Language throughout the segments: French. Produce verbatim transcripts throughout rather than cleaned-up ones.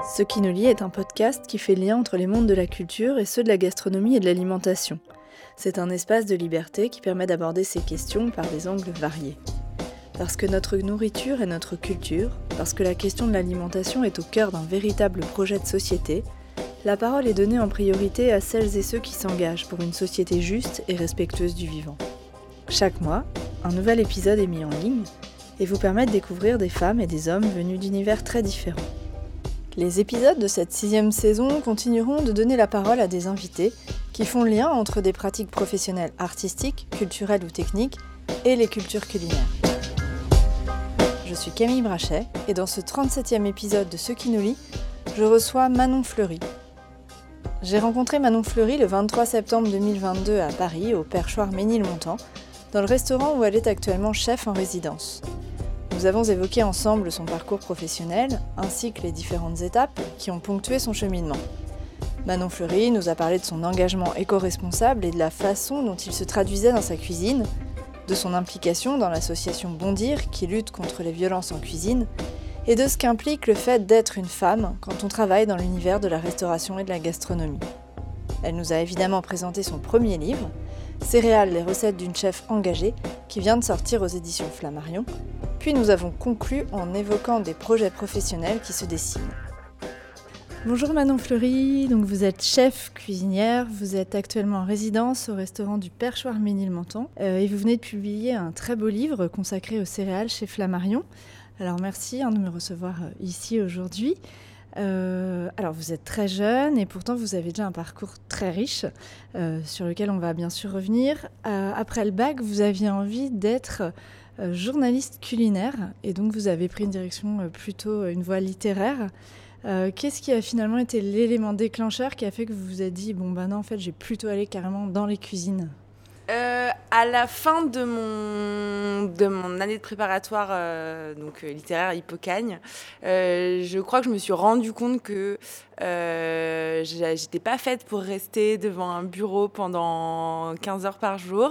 Ce qui nous lie est un podcast qui fait lien entre les mondes de la culture et ceux de la gastronomie et de l'alimentation. C'est un espace de liberté qui permet d'aborder ces questions par des angles variés. Parce que notre nourriture est notre culture, parce que la question de l'alimentation est au cœur d'un véritable projet de société, la parole est donnée en priorité à celles et ceux qui s'engagent pour une société juste et respectueuse du vivant. Chaque mois, un nouvel épisode est mis en ligne et vous permet de découvrir des femmes et des hommes venus d'univers très différents. Les épisodes de cette sixième saison continueront de donner la parole à des invités qui font le lien entre des pratiques professionnelles artistiques, culturelles ou techniques et les cultures culinaires. Je suis Camille Brachet et dans ce trente-septième épisode de Ce qui nous lie, je reçois Manon Fleury. J'ai rencontré Manon Fleury le vingt-trois septembre deux mille vingt-deux à Paris, au Perchoir Ménilmontant, dans le restaurant où elle est actuellement chef en résidence. Nous avons évoqué ensemble son parcours professionnel, ainsi que les différentes étapes qui ont ponctué son cheminement. Manon Fleury nous a parlé de son engagement éco-responsable et de la façon dont il se traduisait dans sa cuisine, de son implication dans l'association Bondir qui lutte contre les violences en cuisine, et de ce qu'implique le fait d'être une femme quand on travaille dans l'univers de la restauration et de la gastronomie. Elle nous a évidemment présenté son premier livre, Céréales, les recettes d'une chef engagée, qui vient de sortir aux éditions Flammarion, puis nous avons conclu en évoquant des projets professionnels qui se dessinent. Bonjour Manon Fleury, donc vous êtes chef cuisinière, vous êtes actuellement en résidence au restaurant du Perchoir Ménilmontant euh, et vous venez de publier un très beau livre consacré aux céréales chez Flammarion. Alors merci hein, de me recevoir euh, ici aujourd'hui. Euh, alors vous êtes très jeune et pourtant vous avez déjà un parcours très riche euh, sur lequel on va bien sûr revenir. Euh, après le bac, vous aviez envie d'être euh, journaliste culinaire et donc vous avez pris une direction euh, plutôt une voie littéraire. Euh, qu'est-ce qui a finalement été l'élément déclencheur qui a fait que vous vous êtes dit bon ben non en fait j'ai plutôt aller carrément dans les cuisines? Euh, à la fin de mon, de mon année de préparatoire euh, donc, euh, littéraire Hippocagne, euh, je crois que je me suis rendu compte que euh, j'étais pas faite pour rester devant un bureau pendant quinze heures par jour.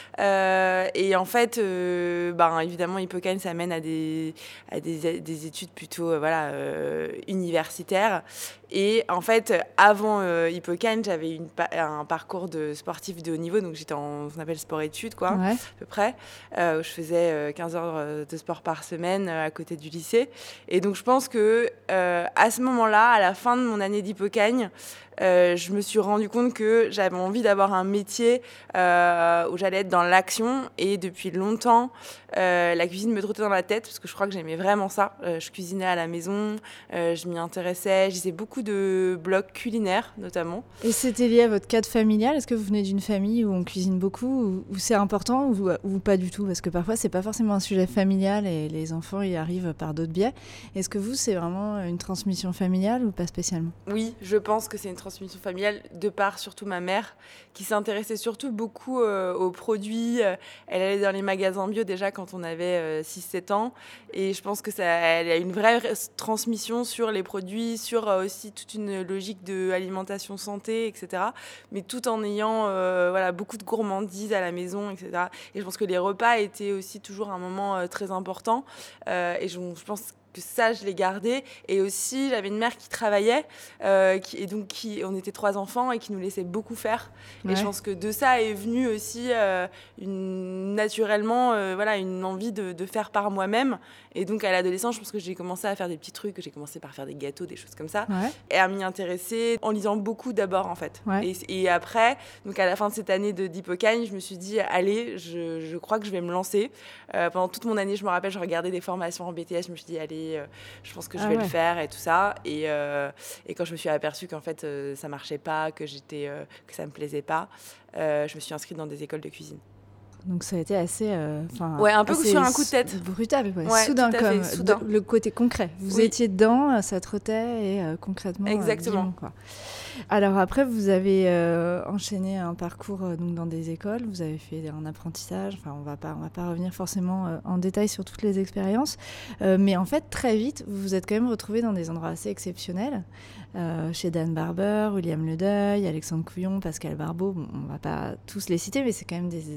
Euh, et en fait, euh, ben, évidemment, Hippocagne, ça mène à des, à des, des études plutôt euh, voilà, euh, universitaires. Et en fait, avant euh, Hippocagne, j'avais une, un parcours de sportif de haut niveau, donc j'étais en ce qu'on appelle sport-études, quoi, ouais. à peu près, euh, où je faisais euh, quinze heures de sport par semaine euh, à côté du lycée. Et donc, je pense que euh, à ce moment-là, à la fin de mon année d'Hippocagne, Euh, je me suis rendu compte que j'avais envie d'avoir un métier euh, où j'allais être dans l'action et depuis longtemps euh, la cuisine me trottait dans la tête parce que je crois que j'aimais vraiment ça. Euh, je cuisinais à la maison, euh, je m'y intéressais, je lisais beaucoup de blogs culinaires notamment. Et c'était lié à votre cadre familial? Est-ce que vous venez d'une famille où on cuisine beaucoup, où, où c'est important ou, ou pas du tout? Parce que parfois c'est pas forcément un sujet familial et les enfants y arrivent par d'autres biais. Est-ce que vous c'est vraiment une transmission familiale ou pas spécialement? Oui, je pense que c'est une transmission familiale de par surtout ma mère qui s'intéressait surtout beaucoup euh, aux produits. Elle allait dans les magasins bio déjà quand on avait euh, six sept ans et je pense que ça, elle a une vraie transmission sur les produits, sur euh, aussi toute une logique d'alimentation santé, et cetera. Mais tout en ayant euh, voilà, beaucoup de gourmandises à la maison, et cetera. Et je pense que les repas étaient aussi toujours un moment euh, très important euh, et je, je pense que ça, je l'ai gardé. Et aussi, j'avais une mère qui travaillait, euh, qui, et donc qui, on était trois enfants et qui nous laissait beaucoup faire. Ouais. Et je pense que de ça est venue aussi euh, une, naturellement euh, voilà, une envie de, de faire par moi-même. Et donc, à l'adolescence, je pense que j'ai commencé à faire des petits trucs. J'ai commencé par faire des gâteaux, des choses comme ça. Ouais. Et à m'y intéresser en lisant beaucoup d'abord, en fait. Ouais. Et, et après, donc à la fin de cette année de d'Hippocagne, je me suis dit, allez, je, je crois que je vais me lancer. Euh, pendant toute mon année, je me rappelle, je regardais des formations en B T S. Je me suis dit, allez, je pense que je vais ah ouais. le faire et tout ça et, euh, et quand je me suis aperçue qu'en fait euh, ça marchait pas, que, j'étais, euh, que ça me plaisait pas, euh, je me suis inscrite dans des écoles de cuisine. Donc ça a été assez, euh, ouais, un peu sur un coup de tête, brutal, ouais. Ouais, soudain comme soudain. De, le côté concret. Vous oui. étiez dedans, ça trottait et euh, concrètement. Exactement. Euh, disons, quoi. Alors après, vous avez euh, enchaîné un parcours euh, donc dans des écoles. Vous avez fait un apprentissage. Enfin, on va pas, on va pas revenir forcément euh, en détail sur toutes les expériences, euh, mais en fait très vite, vous vous êtes quand même retrouvés dans des endroits assez exceptionnels. Euh, chez Dan Barber, William Ledeuil, Alexandre Couillon, Pascal Barbeau. Bon, on va pas tous les citer, mais c'est quand même des, des endroits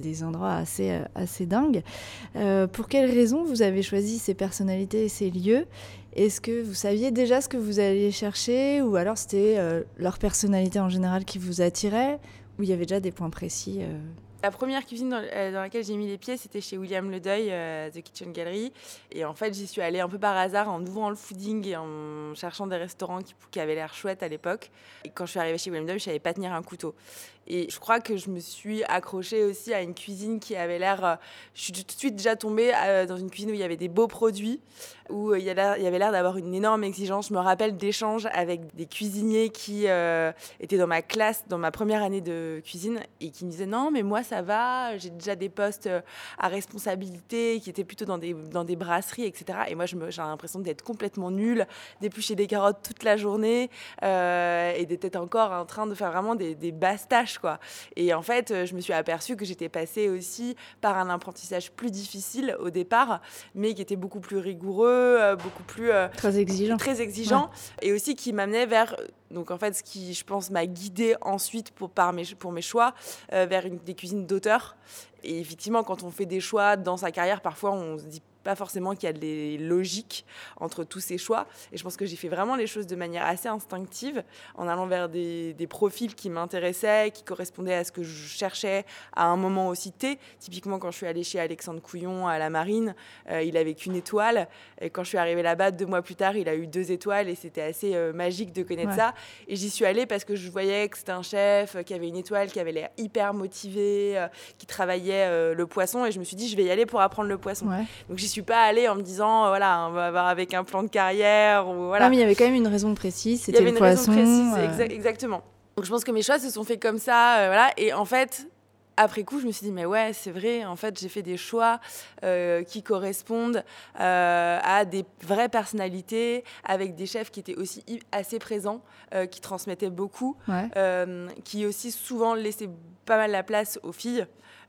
assez, assez dingue. Euh, pour quelles raisons vous avez choisi ces personnalités et ces lieux ? Est-ce que vous saviez déjà ce que vous alliez chercher, ou alors c'était euh, leur personnalité en général qui vous attirait, ou il y avait déjà des points précis euh... La première cuisine dans, euh, dans laquelle j'ai mis les pieds, c'était chez William Ledeuil, euh, The Kitchen Gallery. Et en fait, j'y suis allée un peu par hasard en ouvrant le fooding et en cherchant des restaurants qui, qui avaient l'air chouettes à l'époque. Et quand je suis arrivée chez William Ledeuil, je ne savais pas tenir un couteau. Et je crois que je me suis accrochée aussi à une cuisine qui avait l'air... Euh, je suis tout de suite déjà tombée euh, dans une cuisine où il y avait des beaux produits, où euh, il y avait l'air d'avoir une énorme exigence. Je me rappelle d'échanges avec des cuisiniers qui euh, étaient dans ma classe, dans ma première année de cuisine, et qui me disaient « Non, mais moi, ça va, j'ai déjà des postes à responsabilité, qui étaient plutôt dans des, dans des brasseries, et cetera » Et moi, je me, j'ai l'impression d'être complètement nulle, d'éplucher des carottes toute la journée euh, et d'être encore en train de faire vraiment des, des basses tâches, quoi. Et en fait, je me suis aperçue que j'étais passée aussi par un apprentissage plus difficile au départ, mais qui était beaucoup plus rigoureux, beaucoup plus... Euh, très exigeant. Très exigeant, ouais. Et aussi qui m'amenait vers... Donc en fait, ce qui, je pense, m'a guidée ensuite pour, par mes, pour mes choix euh, vers une, des cuisines d'auteurs. Et effectivement, quand on fait des choix dans sa carrière, parfois on se dit pas forcément qu'il y a des logiques entre tous ces choix. Et je pense que j'ai fait vraiment les choses de manière assez instinctive, en allant vers des, des profils qui m'intéressaient, qui correspondaient à ce que je cherchais à un moment aussi T. Typiquement, quand je suis allée chez Alexandre Couillon à la Marine, euh, il avait qu'une étoile. Et quand je suis arrivée là-bas, deux mois plus tard, il a eu deux étoiles. Et c'était assez euh, magique de connaître ouais. ça. Et j'y suis allée parce que je voyais que c'était un chef euh, qui avait une étoile, qui avait l'air hyper motivé, euh, qui travaillait euh, le poisson. Et je me suis dit, je vais y aller pour apprendre le poisson. Ouais. Donc j'y suis pas allée en me disant, euh, voilà, on va avoir avec un plan de carrière. Ou, voilà. Non, mais il y avait quand même une raison précise, c'était le poisson. Il y avait une raison précise, euh... exa- exactement. Donc je pense que mes choix se sont faits comme ça. Euh, voilà. Et en fait... Après coup, je me suis dit, mais ouais, c'est vrai, en fait, j'ai fait des choix euh, qui correspondent euh, à des vraies personnalités, avec des chefs qui étaient aussi assez présents, euh, qui transmettaient beaucoup, ouais. euh, qui aussi souvent laissaient pas mal la place aux filles.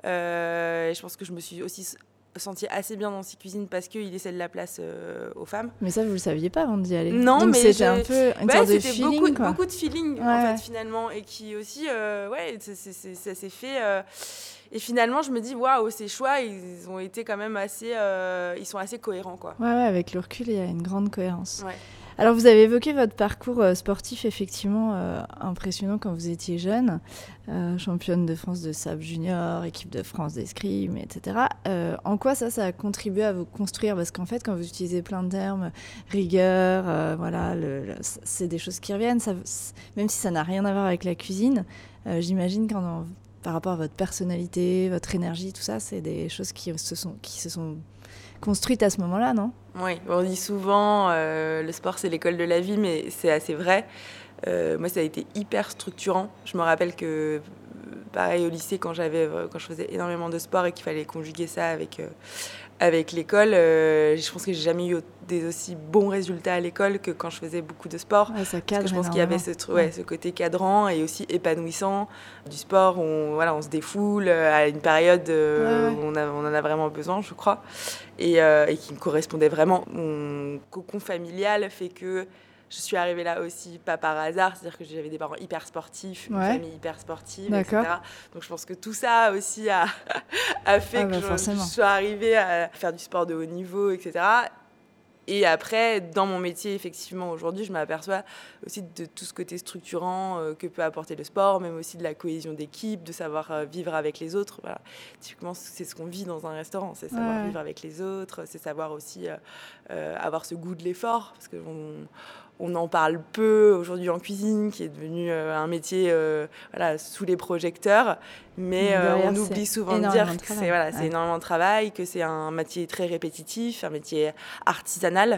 Euh, et je pense que je me suis aussi sentie assez bien dans ces cuisines parce qu'il laissait de la place euh, aux femmes. Mais ça, vous le saviez pas avant d'y aller. Non, donc mais c'était je... un peu une ouais, sorte de c'était feeling, beaucoup, quoi. beaucoup de feeling ouais, en fait ouais. finalement, et qui aussi, euh, ouais, c'est, c'est, c'est, ça s'est fait. Euh... Et finalement, je me dis, waouh, ces choix, ils ont été quand même assez, euh, ils sont assez cohérents, quoi. Ouais, ouais, avec le recul, il y a une grande cohérence. Ouais. Alors, vous avez évoqué votre parcours euh, sportif, effectivement, euh, impressionnant quand vous étiez jeune, euh, championne de France de sable junior, équipe de France d'escrime, et cetera. Euh, en quoi ça, ça a contribué à vous construire ? Parce qu'en fait, quand vous utilisez plein de termes, rigueur, euh, voilà, le, le, c'est des choses qui reviennent, ça, même si ça n'a rien à voir avec la cuisine, euh, j'imagine quand on, par rapport à votre personnalité, votre énergie, tout ça, c'est des choses qui se sont, qui se sont construites à ce moment-là, non ? Oui, on dit souvent euh, le sport c'est l'école de la vie, mais c'est assez vrai. Euh, moi, ça a été hyper structurant. Je me rappelle que, pareil, au lycée, quand, j'avais, quand je faisais énormément de sport et qu'il fallait conjuguer ça avec, euh, avec l'école, euh, je pense que j'ai jamais eu des aussi bons résultats à l'école que quand je faisais beaucoup de sport. Ouais, ça cadre. Parce que je pense qu'il y avait ce, ouais, ouais. ce côté cadrant et aussi épanouissant du sport où on, voilà, on se défoule à une période euh, ouais, ouais. où on, a, on en a vraiment besoin, je crois, et, euh, et qui me correspondait vraiment. Mon cocon familial fait que je suis arrivée là aussi, pas par hasard, c'est-à-dire que j'avais des parents hyper sportifs, une ouais. famille hyper sportive, D'accord. et cetera. Donc je pense que tout ça aussi a, a fait ah, que bah, je, je sois arrivée à faire du sport de haut niveau, et cetera. Et après, dans mon métier, effectivement, aujourd'hui, je m'aperçois aussi de tout ce côté structurant euh, que peut apporter le sport, même aussi de la cohésion d'équipe, de savoir euh, vivre avec les autres. Voilà. Typiquement, c'est ce qu'on vit dans un restaurant, c'est savoir ouais. vivre avec les autres, c'est savoir aussi euh, euh, avoir ce goût de l'effort, parce qu'on on en parle peu aujourd'hui en cuisine, qui est devenu euh, un métier euh, voilà, sous les projecteurs, mais euh, on oublie souvent de dire que c'est, voilà, c'est ouais. énormément de travail, que c'est un métier très répétitif, un métier artisanal.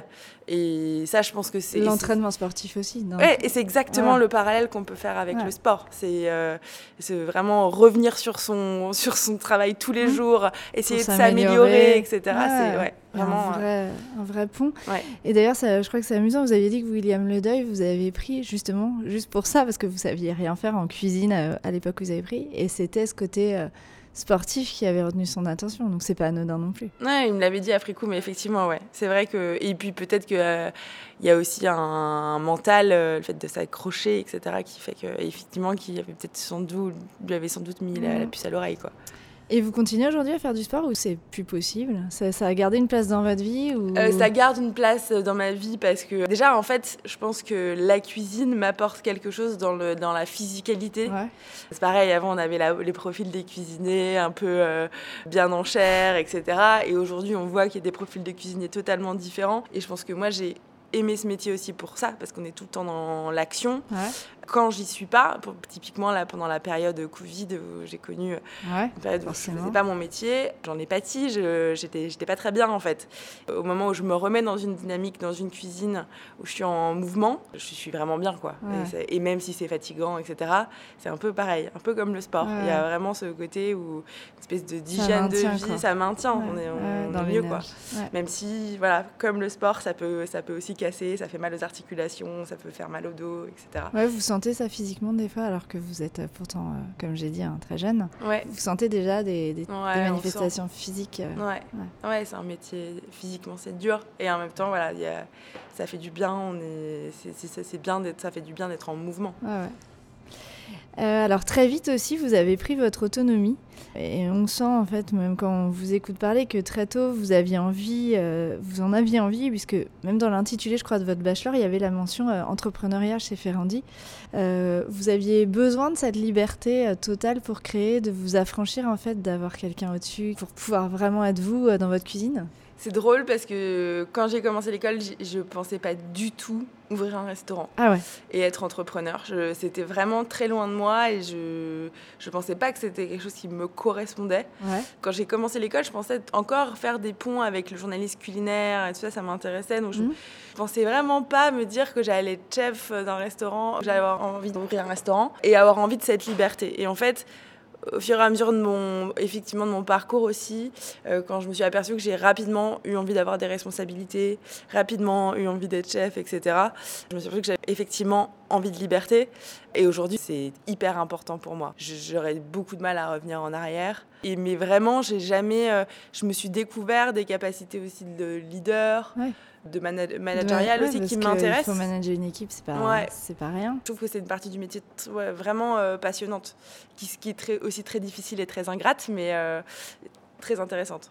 Et ça, je pense que c'est... L'entraînement c'est... sportif aussi. Non ouais, et c'est exactement ouais. le parallèle qu'on peut faire avec ouais. le sport. C'est, euh, c'est vraiment revenir sur son, sur son travail tous les mmh. jours, essayer Pour de s'améliorer, et cetera. Ouais. C'est ouais, vraiment... Un vrai, un vrai pont. Ouais. Et d'ailleurs, ça, je crois que c'est amusant, vous aviez dit que William Ledeuil, vous avez pris justement, juste pour ça, parce que vous ne saviez rien faire en cuisine euh, à l'époque où vous avez pris, et c'était ce côté... Euh, sportif qui avait retenu son attention, donc c'est pas anodin non plus. Ouais, il me l'avait dit après coup, mais effectivement, ouais, c'est vrai que et puis peut-être que euh, il y a aussi un, un mental, euh, le fait de s'accrocher, et cetera, qui fait que effectivement, qui avait peut-être sans doute, lui avait sans doute mis mmh. la, la puce à l'oreille, quoi. Et vous continuez aujourd'hui à faire du sport ou c'est plus possible ? ça, ça a gardé une place dans votre vie ou... euh, Ça garde une place dans ma vie parce que déjà en fait je pense que la cuisine m'apporte quelque chose dans, le, dans la physicalité. Ouais. C'est pareil, avant on avait la, les profils des cuisiniers un peu euh, bien en chair, et cetera. Et aujourd'hui on voit qu'il y a des profils de cuisiniers totalement différents. Et je pense que moi j'ai aimé ce métier aussi pour ça, parce qu'on est tout le temps dans l'action. Ouais. Quand j'y suis pas, pour, typiquement là, pendant la période Covid où j'ai connu ouais, une période où je faisais pas mon métier, j'en ai pâti, je, j'étais, j'étais pas très bien en fait. Au moment où je me remets dans une dynamique, dans une cuisine où je suis en mouvement, je suis vraiment bien quoi. Ouais. Et, et même si c'est fatigant, et cetera, c'est un peu pareil, un peu comme le sport. Ouais. Il y a vraiment ce côté où une espèce de d'hygiène maintient, de vie, quoi. ça maintient, ouais. on est, on ouais, est dans mieux quoi. Ouais. Même si, voilà, comme le sport, ça peut, ça peut aussi casser, ça fait mal aux articulations, ça peut faire mal au dos, et cetera. Ouais, vous sentez ça physiquement des fois, alors que vous êtes pourtant, euh, comme j'ai dit, hein, très jeune. Ouais. Vous sentez déjà des, des, ouais, des manifestations physiques. Euh... Ouais. Ouais. ouais, c'est un métier, physiquement c'est dur. Et en même temps, voilà, y a, ça fait du bien, on est, c'est, c'est, c'est bien d'être, ça fait du bien d'être en mouvement. Ouais, ouais. Euh, alors très vite aussi, vous avez pris votre autonomie et on sent en fait, même quand on vous écoute parler, que très tôt vous aviez envie, euh, vous en aviez envie, puisque même dans l'intitulé, je crois, de votre bachelor, il y avait la mention euh, entrepreneuriat chez Ferrandi. Euh, vous aviez besoin de cette liberté euh, totale pour créer, de vous affranchir en fait, d'avoir quelqu'un au-dessus, pour pouvoir vraiment être vous euh, dans votre cuisine. C'est drôle parce que quand j'ai commencé l'école, je ne pensais pas du tout ouvrir un restaurant ah ouais. et être entrepreneur. Je, c'était vraiment très loin de moi et je ne pensais pas que c'était quelque chose qui me correspondait. Ouais. Quand j'ai commencé l'école, je pensais encore faire des ponts avec le journalisme culinaire et tout ça, ça m'intéressait. Donc je ne mmh. pensais vraiment pas me dire que j'allais être chef d'un restaurant, que j'allais avoir envie d'ouvrir un restaurant et avoir envie de cette liberté. Et en fait, au fur et à mesure de mon, effectivement, de mon parcours aussi, euh, quand je me suis aperçue que j'ai rapidement eu envie d'avoir des responsabilités, rapidement eu envie d'être chef, et cetera, je me suis aperçue que j'avais effectivement envie de liberté. Et aujourd'hui, c'est hyper important pour moi. J'aurais beaucoup de mal à revenir en arrière. Et, mais vraiment, j'ai jamais, euh, je me suis découvert des capacités aussi de leader, ouais. de mana- managérial ouais, aussi qui que m'intéressent. Il faut manager une équipe, c'est pas, ouais. c'est pas rien. Je trouve que c'est une partie du métier t- ouais, vraiment euh, passionnante, qui, qui est très, aussi très difficile et très ingrate, mais euh, très intéressante.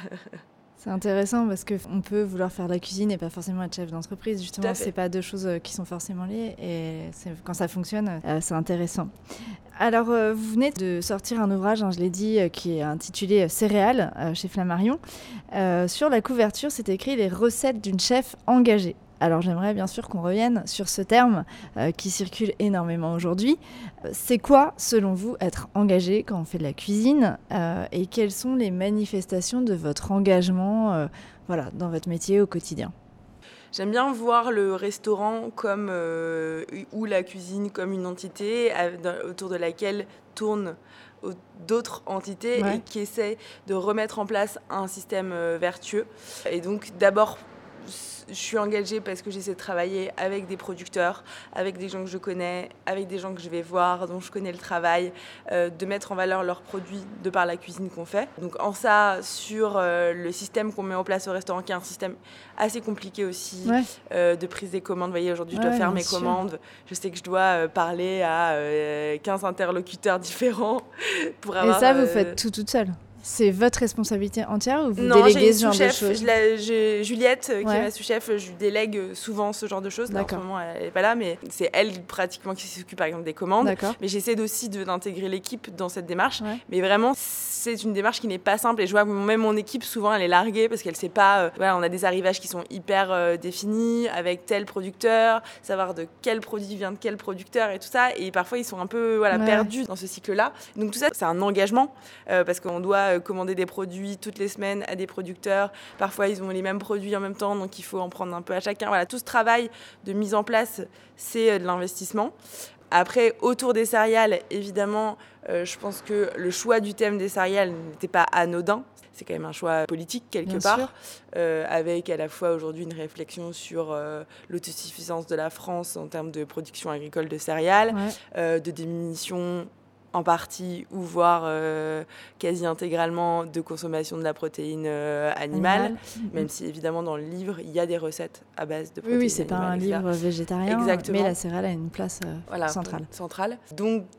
C'est intéressant parce qu'on peut vouloir faire de la cuisine et pas forcément être chef d'entreprise. Justement, c'est pas deux choses qui sont forcément liées et c'est, quand ça fonctionne, euh, c'est intéressant. Alors, euh, vous venez de sortir un ouvrage, hein, je l'ai dit, euh, qui est intitulé « Céréales euh, » chez Flammarion. Euh, sur la couverture, c'est écrit « Les recettes d'une chef engagée ». Alors j'aimerais bien sûr qu'on revienne sur ce terme euh, qui circule énormément aujourd'hui. C'est quoi, selon vous, être engagé quand on fait de la cuisine euh, et quelles sont les manifestations de votre engagement euh, voilà, dans votre métier au quotidien ? J'aime bien voir le restaurant comme, euh, ou la cuisine comme une entité autour de laquelle tournent d'autres entités ouais. et qui essaient de remettre en place un système vertueux. Et donc d'abord, je suis engagée parce que j'essaie de travailler avec des producteurs, avec des gens que je connais, avec des gens que je vais voir, dont je connais le travail, euh, de mettre en valeur leurs produits de par la cuisine qu'on fait. Donc en ça, sur euh, le système qu'on met en place au restaurant, qui est un système assez compliqué aussi, ouais. euh, de prise des commandes. Vous voyez, aujourd'hui, je dois ouais, faire mes sûr. commandes. Je sais que je dois euh, parler à euh, quinze interlocuteurs différents pour avoir... Et ça, euh, vous faites tout toute seule ? C'est votre responsabilité entière ou vous non, déléguez ce genre de choses ? Non, j'ai Juliette, qui ouais. est ma sous-chef, je lui délègue souvent ce genre de choses. Là, en ce moment, elle n'est pas là, mais c'est elle pratiquement qui s'occupe, par exemple, des commandes. D'accord. Mais j'essaie aussi de, d'intégrer l'équipe dans cette démarche. Ouais. Mais vraiment, c'est une démarche qui n'est pas simple. Et je vois que même mon équipe, souvent, elle est larguée parce qu'elle ne sait pas... Euh, voilà, on a des arrivages qui sont hyper euh, définis, avec tel producteur, savoir de quel produit vient de quel producteur et tout ça. Et parfois, ils sont un peu voilà, ouais. perdus dans ce cycle-là. Donc tout ça, c'est un engagement euh, parce qu'on doit euh, commander des produits toutes les semaines à des producteurs. Parfois, ils ont les mêmes produits en même temps, donc il faut en prendre un peu à chacun. Voilà, tout ce travail de mise en place, c'est de l'investissement. Après, autour des céréales, évidemment, euh, je pense que le choix du thème des céréales n'était pas anodin. C'est quand même un choix politique, quelque Bien part, euh, avec à la fois aujourd'hui une réflexion sur euh, l'autosuffisance de la France en termes de production agricole de céréales, ouais. euh, de diminution en partie ou voire euh, quasi intégralement de consommation de la protéine euh, animale, Animal. même mmh. si évidemment dans le livre il y a des recettes à base de protéines oui, oui, c'est animales, pas un et cetera. livre végétarien, Exactement. mais la céréale a une place euh, voilà, centrale. centrale. Donc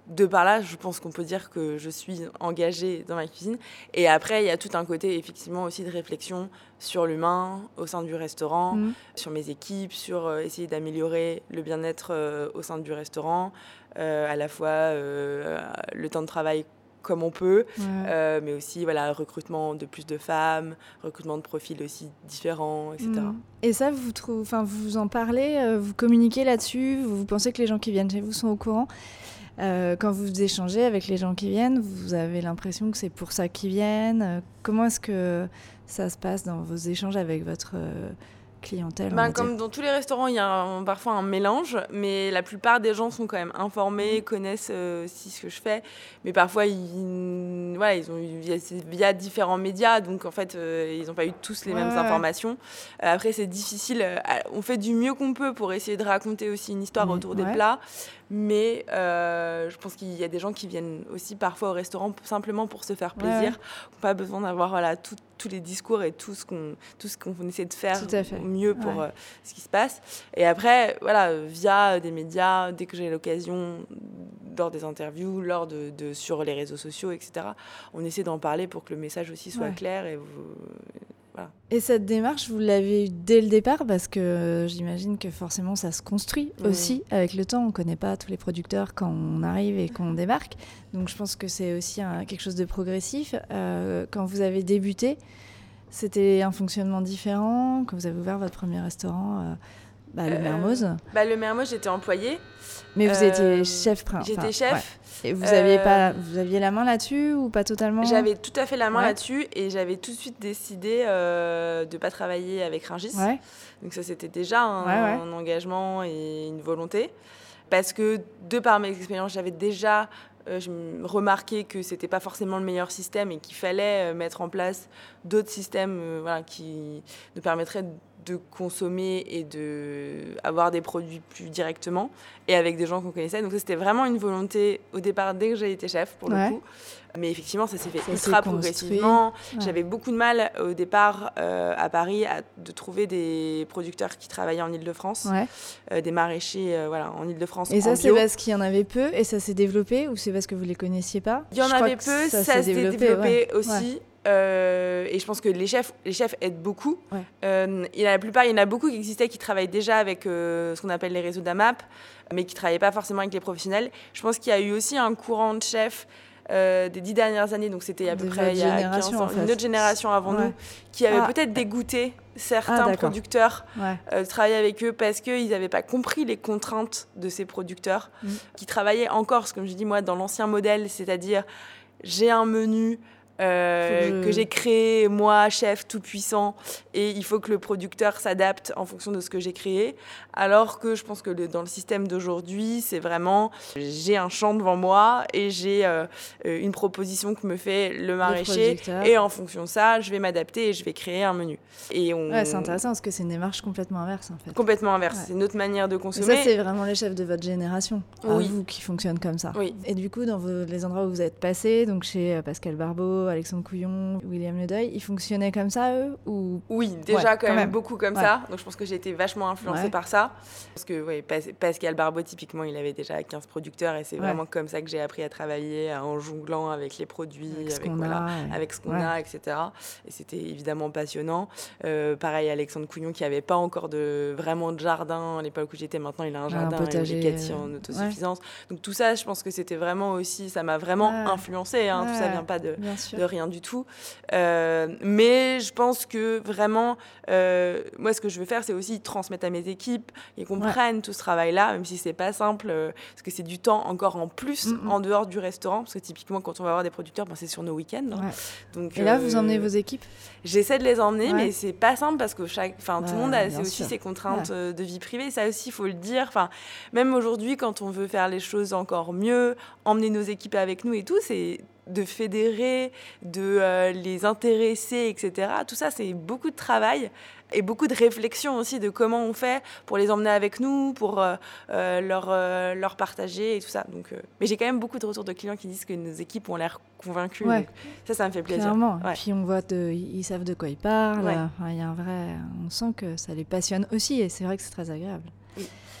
de par là, je pense qu'on peut dire que je suis engagée dans ma cuisine. Et après, il y a tout un côté, effectivement, aussi de réflexion sur l'humain au sein du restaurant, mmh. sur mes équipes, sur euh, essayer d'améliorer le bien-être euh, au sein du restaurant, euh, à la fois euh, le temps de travail comme on peut, ouais. euh, mais aussi voilà, recrutement de plus de femmes, recrutement de profils aussi différents, et cetera. Mmh. Et ça, vous, trou- vous en parlez, euh, vous communiquez là-dessus, vous, vous pensez que les gens qui viennent chez vous sont au courant ? Euh, quand vous échangez avec les gens qui viennent, vous avez l'impression que c'est pour ça qu'ils viennent. Euh, comment est-ce que ça se passe dans vos échanges avec votre euh, clientèle? Ben, comme dans tous les restaurants, il y a un, parfois un mélange, mais la plupart des gens sont quand même informés, connaissent euh, aussi ce que je fais. Mais parfois, ils, voilà, ils ont eu via, via différents médias, donc en fait, euh, ils n'ont pas eu tous les ouais, mêmes ouais. informations. Euh, après, c'est difficile. Euh, on fait du mieux qu'on peut pour essayer de raconter aussi une histoire mmh, autour des ouais. plats. Mais euh, je pense qu'il y a des gens qui viennent aussi parfois au restaurant simplement pour se faire plaisir. Ouais. Qui n'ont pas besoin d'avoir voilà, tout, tous les discours et tout ce qu'on, tout ce qu'on essaie de faire au mieux pour ouais. euh, ce qui se passe. Et après, voilà, via des médias, dès que j'ai l'occasion, lors des interviews, lors de, de, sur les réseaux sociaux, et cetera, on essaie d'en parler pour que le message aussi soit ouais. clair. Et vous, voilà. Et cette démarche, vous l'avez eue dès le départ parce que j'imagine que forcément ça se construit mmh. aussi avec le temps. On ne connaît pas tous les producteurs quand on arrive et qu'on débarque. Donc je pense que c'est aussi un, quelque chose de progressif. Euh, quand vous avez débuté, c'était un fonctionnement différent. Quand vous avez ouvert votre premier restaurant, euh, bah, le euh, Mermoz. Bah, le Mermoz, j'étais employée. Mais vous euh, étiez chef prince. J'étais enfin, chef. Ouais. Et vous, aviez euh, pas, vous aviez la main là-dessus ou pas totalement ? J'avais tout à fait la main ouais. là-dessus et j'avais tout de suite décidé euh, de ne pas travailler avec Rungis. Ouais. Donc ça, c'était déjà un, ouais, ouais. un engagement et une volonté. Parce que de par mes expériences, j'avais déjà euh, remarqué que ce n'était pas forcément le meilleur système et qu'il fallait euh, mettre en place d'autres systèmes euh, voilà, qui nous permettraient de de consommer et d'avoir des produits plus directement et avec des gens qu'on connaissait. Donc ça, c'était vraiment une volonté au départ dès que j'ai été chef, pour ouais. le coup. Mais effectivement, ça s'est fait ça ultra progressivement. Ouais. J'avais beaucoup de mal au départ euh, à Paris à, de trouver des producteurs qui travaillaient en Île-de-France, ouais. euh, des maraîchers euh, voilà, en Île-de-France. Et ça, c'est parce qu'il y en avait peu et ça s'est développé ou c'est parce que vous ne les connaissiez pas ? Il y en Je avait peu, ça, ça s'est développé, développé ouais. aussi. Ouais. Euh, et je pense que les chefs, les chefs aident beaucoup. Ouais. Euh, il y a la plupart, il y en a beaucoup qui existaient, qui travaillent déjà avec euh, ce qu'on appelle les réseaux d'A M A P, mais qui ne travaillaient pas forcément avec les professionnels. Je pense qu'il y a eu aussi un courant de chefs euh, des dix dernières années, donc c'était à peu près il y a quinze ans, en fait. Une autre génération avant ouais. nous, qui avait ah. peut-être dégoûté certains ah, producteurs ouais. euh, de travailler avec eux parce qu'ils n'avaient pas compris les contraintes de ces producteurs, mmh. qui travaillaient encore, comme je dis moi, dans l'ancien modèle, c'est-à-dire j'ai un menu Euh, je... que j'ai créé, moi, chef tout-puissant, et il faut que le producteur s'adapte en fonction de ce que j'ai créé, alors que je pense que le, dans le système d'aujourd'hui, c'est vraiment, j'ai un champ devant moi, et j'ai euh, une proposition que me fait le maraîcher, le et en fonction de ça, je vais m'adapter et je vais créer un menu. Et on... ouais, c'est intéressant, parce que c'est une démarche complètement inverse, en fait. Complètement inverse, ouais. c'est une autre manière de consommer. Et ça, c'est vraiment les chefs de votre génération, oui. à vous, qui fonctionnent comme ça. Oui. Et du coup, dans vos, les endroits où vous êtes passés, donc chez Pascal Barbeau, Alexandre Couillon, William Ledeuil, ils fonctionnaient comme ça, eux ou... Oui, déjà ouais, quand, quand même, même beaucoup comme ouais. ça. Donc je pense que j'ai été vachement influencée ouais. par ça. Parce que ouais, Pascal Barbeau, typiquement, il avait déjà quinze producteurs et c'est ouais. vraiment comme ça que j'ai appris à travailler, en jonglant avec les produits, avec ce avec, qu'on, voilà, a, ouais. avec ce qu'on ouais. a, et cetera. Et c'était évidemment passionnant. Euh, pareil, Alexandre Couillon, qui n'avait pas encore de, vraiment de jardin à l'époque où j'étais. Maintenant, il a un jardin, un potager, il est quasi en autosuffisance. Ouais. Donc tout ça, je pense que c'était vraiment aussi, ça m'a vraiment ouais. influencée. Hein. Ouais. Tout ça ne vient pas de, de rien du tout. Euh, mais je pense que vraiment, euh, moi, ce que je veux faire, c'est aussi transmettre à mes équipes et qu'on ouais. prenne tout ce travail-là, même si c'est pas simple, euh, parce que c'est du temps encore en plus mm-hmm. en dehors du restaurant, parce que typiquement, quand on va avoir des producteurs, ben, c'est sur nos week-ends. Hein. Ouais. Donc, et là, euh, vous emmenez vos équipes ? J'essaie de les emmener, ouais. mais c'est pas simple parce que chaque, enfin, ouais, tout le monde a c'est aussi sûr. ses contraintes ouais. de vie privée. Ça aussi, il faut le dire. Enfin, même aujourd'hui, quand on veut faire les choses encore mieux, emmener nos équipes avec nous et tout, c'est de fédérer, de euh, les intéresser, et cetera. Tout ça, c'est beaucoup de travail et beaucoup de réflexion aussi de comment on fait pour les emmener avec nous, pour euh, euh, leur, euh, leur partager et tout ça. Donc, euh... Mais j'ai quand même beaucoup de retours de clients qui disent que nos équipes ont l'air convaincues. Ouais. Donc ça, ça me fait plaisir. Clairement. Ouais. Puis on voit, de, ils savent de quoi ils parlent. Ouais. Enfin, y a un vrai, on sent que ça les passionne aussi et c'est vrai que c'est très agréable. Oui.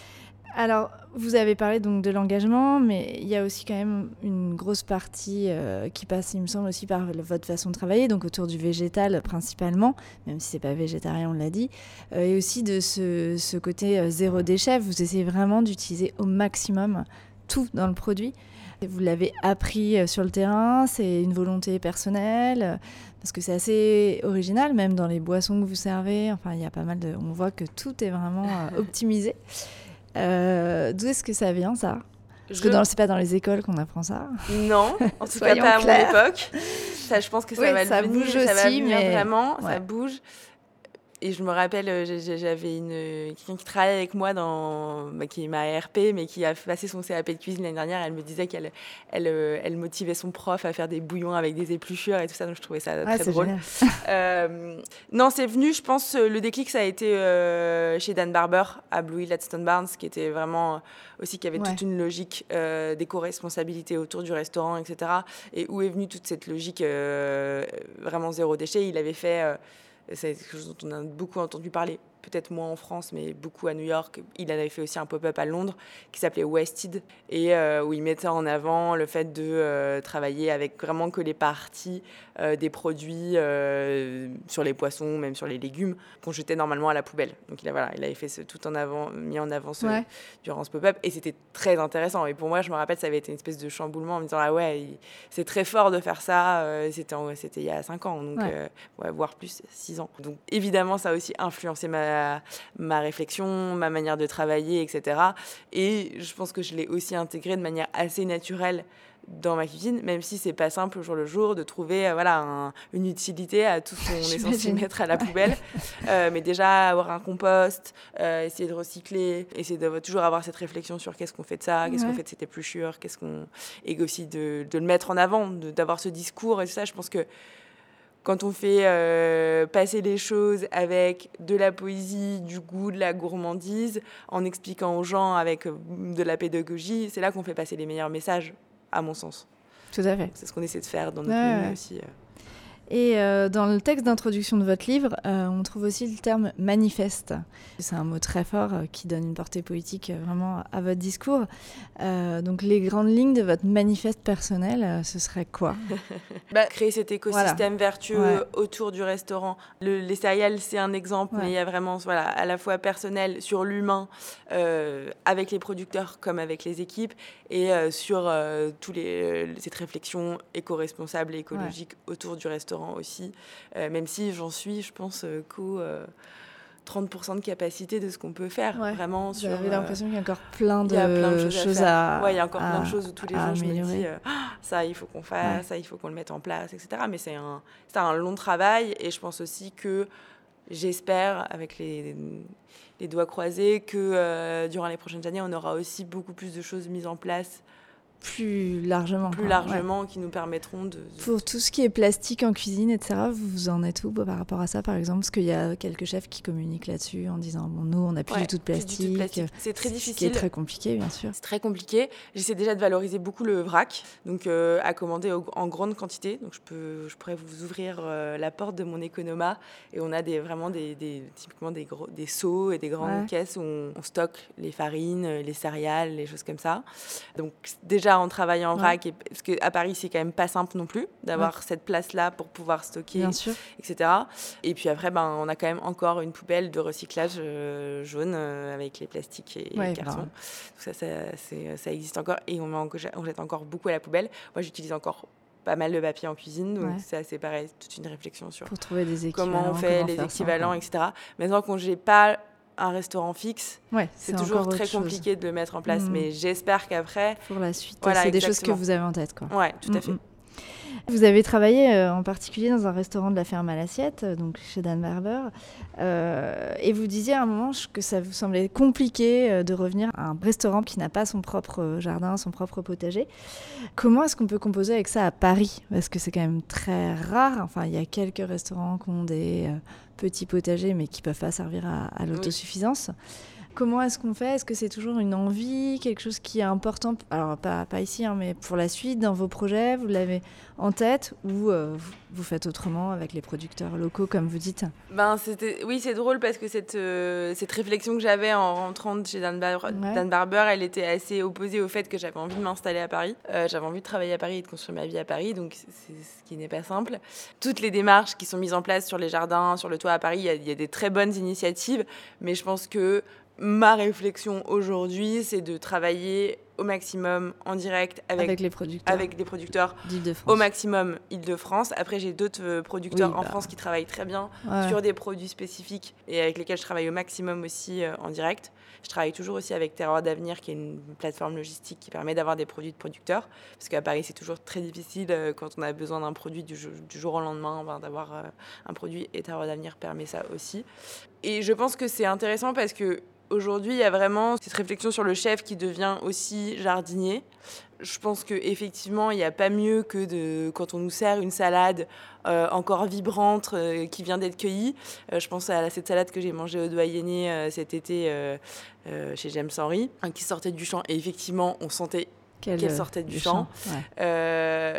Alors, vous avez parlé donc de l'engagement, mais il y a aussi quand même une grosse partie euh, qui passe, il me semble, aussi par votre façon de travailler, donc autour du végétal principalement, même si c'est pas végétarien, on l'a dit, euh, et aussi de ce, ce côté euh, zéro déchet. Vous essayez vraiment d'utiliser au maximum tout dans le produit. Vous l'avez appris euh, sur le terrain, c'est une volonté personnelle, euh, parce que c'est assez original, même dans les boissons que vous servez. Enfin, il y a pas mal de, on voit que tout est vraiment euh, optimisé. Euh, d'où est-ce que ça vient, ça ? Parce je... que dans, c'est pas dans les écoles qu'on apprend ça. Non, en tout cas pas à mon époque. Ça, je pense que ça oui, va ça venir, bouge ça aussi, va venir mais... vraiment, ouais. Ça bouge. Et je me rappelle, j'avais une, quelqu'un qui travaillait avec moi, dans, bah, qui est ma R P, mais qui a passé son C A P de cuisine l'année dernière. Elle me disait qu'elle elle, elle motivait son prof à faire des bouillons avec des épluchures et tout ça, donc je trouvais ça ah, très drôle. euh, non, c'est venu, je pense, le déclic, ça a été euh, chez Dan Barber, à Blue Hill at Stone Barns, qui était vraiment aussi, qui avait ouais. toute une logique euh, d'éco-responsabilité autour du restaurant, et cetera. Et où est venue toute cette logique euh, vraiment zéro déchet. Il avait fait... Euh, c'est quelque chose dont on a beaucoup entendu parler, peut-être moins en France, mais beaucoup à New York. Il avait fait aussi un pop-up à Londres qui s'appelait Wasted, et euh, où il mettait en avant le fait de euh, travailler avec vraiment que les parties euh, des produits euh, sur les poissons, même sur les légumes, qu'on jetait normalement à la poubelle. Donc il, a, voilà, il avait fait ce, tout en avant, mis en avant ce, ouais. durant ce pop-up, et c'était très intéressant. Et pour moi, je me rappelle, ça avait été une espèce de chamboulement en me disant « Ah ouais, il, c'est très fort de faire ça. Euh, » c'était, en, c'était il y a cinq ans, donc, ouais. Euh, ouais, voire plus, six ans. Donc évidemment, ça a aussi influencé ma ma réflexion, ma manière de travailler, et cetera. Et je pense que je l'ai aussi intégré de manière assez naturelle dans ma cuisine, même si c'est pas simple au jour le jour de trouver euh, voilà, un, une utilité à tout ce qu'on est censé mettre à la poubelle. euh, mais déjà, avoir un compost, euh, essayer de recycler, essayer de toujours avoir cette réflexion sur qu'est-ce qu'on fait de ça, qu'est-ce ouais. qu'on fait de cette épluchure, qu'est-ce qu'on... et aussi de, de le mettre en avant, de, d'avoir ce discours et tout ça. Je pense que quand on fait euh, passer les choses avec de la poésie, du goût, de la gourmandise, en expliquant aux gens avec de la pédagogie, c'est là qu'on fait passer les meilleurs messages, à mon sens. Tout à fait. C'est ce qu'on essaie de faire dans notre ouais, milieu ouais. aussi. Euh. Et euh, dans le texte d'introduction de votre livre, euh, on trouve aussi le terme « manifeste ». C'est un mot très fort euh, qui donne une portée poétique euh, vraiment à votre discours. Euh, donc les grandes lignes de votre manifeste personnel, euh, ce serait quoi ? bah, Créer cet écosystème voilà. vertueux ouais. autour du restaurant. Le, les céréales, c'est un exemple, ouais. mais il y a vraiment voilà, à la fois personnel, sur l'humain, euh, avec les producteurs comme avec les équipes, et euh, sur euh, tous les, euh, cette réflexion éco-responsable et écologique ouais. autour du restaurant aussi, euh, même si j'en suis, je pense, euh, qu'au euh, trente pour cent de capacité de ce qu'on peut faire. Ouais. Vraiment sur, Vous avez l'impression euh, qu'il y a encore plein de, y a plein de choses, choses à... à... Oui, il y a encore à, plein de choses où tous les jours, améliorer. Je me dis, euh, ah, ça, il faut qu'on fasse, ouais. ça, il faut qu'on le mette en place, et cetera. Mais c'est un, c'est un long travail, et je pense aussi que j'espère, avec les, les doigts croisés, que euh, durant les prochaines années, on aura aussi beaucoup plus de choses mises en place plus largement. Plus quoi. largement, ouais. qui nous permettront de... Pour tout ce qui est plastique en cuisine, et cetera, vous en êtes où par rapport à ça, par exemple ? Parce qu'il y a quelques chefs qui communiquent là-dessus en disant, bon, nous, on n'a plus, ouais, du tout de plastique. plus du tout de plastique. C'est très difficile. Ce qui est très compliqué, bien sûr. C'est très compliqué. J'essaie déjà de valoriser beaucoup le vrac, donc euh, à commander au, en grande quantité. Donc je, peux, je pourrais vous ouvrir euh, la porte de mon économa, et on a des, vraiment des, des, typiquement des, gros, des seaux et des grandes ouais. caisses où on, on stocke les farines, les céréales, les choses comme ça. Donc déjà, en travaillant en vrac, ouais. et, parce qu'à Paris, c'est quand même pas simple non plus d'avoir ouais. cette place-là pour pouvoir stocker, bien sûr. et cetera. Et puis après, ben, on a quand même encore une poubelle de recyclage euh, jaune euh, avec les plastiques et ouais, les cartons. Ben. Donc ça, ça, c'est, ça existe encore, et on, met en, on jette encore beaucoup à la poubelle. Moi, j'utilise encore pas mal de papier en cuisine, donc ouais. c'est assez pareil, toute une réflexion sur pour trouver des équivalents, comment on fait comment les équivalents, ça, et cetera. Maintenant qu'on j'ai pas un restaurant fixe, ouais, c'est, c'est toujours très compliqué de le mettre en place, mmh. mais j'espère qu'après... Pour la suite, voilà, c'est exactement. Des choses que vous avez en tête, quoi. Ouais, tout mmh. à fait. Vous avez travaillé euh, en particulier dans un restaurant de la ferme à l'assiette, euh, donc chez Dan Barber, euh, et vous disiez à un moment que ça vous semblait compliqué euh, de revenir à un restaurant qui n'a pas son propre jardin, son propre potager. Comment est-ce qu'on peut composer avec ça à Paris ? Parce que c'est quand même très rare. Enfin, il y a quelques restaurants qui ont des euh, petits potagers, mais qui ne peuvent pas servir à, à l'autosuffisance. Oui. Comment est-ce qu'on fait ? Est-ce que c'est toujours une envie, quelque chose qui est important ? Alors, pas, pas ici, hein, mais pour la suite, dans vos projets, vous l'avez en tête ou euh, vous faites autrement avec les producteurs locaux, comme vous dites ? Ben, c'était... Oui, c'est drôle parce que cette, euh, cette réflexion que j'avais en rentrant chez Dan, Bar- Ouais. Dan Barber, elle était assez opposée au fait que j'avais envie de m'installer à Paris. Euh, j'avais envie de travailler à Paris et de construire ma vie à Paris, donc c'est ce qui n'est pas simple. Toutes les démarches qui sont mises en place sur les jardins, sur le toit à Paris, il y a, il y a des très bonnes initiatives, mais je pense que ma réflexion aujourd'hui, c'est de travailler au maximum en direct avec, avec les producteurs, avec des producteurs d'Île-de-France. Au maximum Île-de-France. Après, j'ai d'autres euh, producteurs oui, en bah... France qui travaillent très bien ouais. sur des produits spécifiques et avec lesquels je travaille au maximum aussi euh, en direct. Je travaille toujours aussi avec Terroir d'Avenir, qui est une plateforme logistique qui permet d'avoir des produits de producteurs. Parce qu'à Paris, c'est toujours très difficile euh, quand on a besoin d'un produit du, jour, du jour au lendemain, ben, d'avoir euh, un produit. Et Terroir d'Avenir permet ça aussi. Et je pense que c'est intéressant parce que aujourd'hui, il y a vraiment cette réflexion sur le chef qui devient aussi jardinier. Je pense qu'effectivement, il n'y a pas mieux que de, quand on nous sert une salade euh, encore vibrante euh, qui vient d'être cueillie. Euh, je pense à cette salade que j'ai mangée au Doyenné euh, cet été euh, euh, chez James Henry, hein, qui sortait du champ. Et effectivement, on sentait Quelle, qu'elle sortait du, du champ. champ. Ouais. Euh,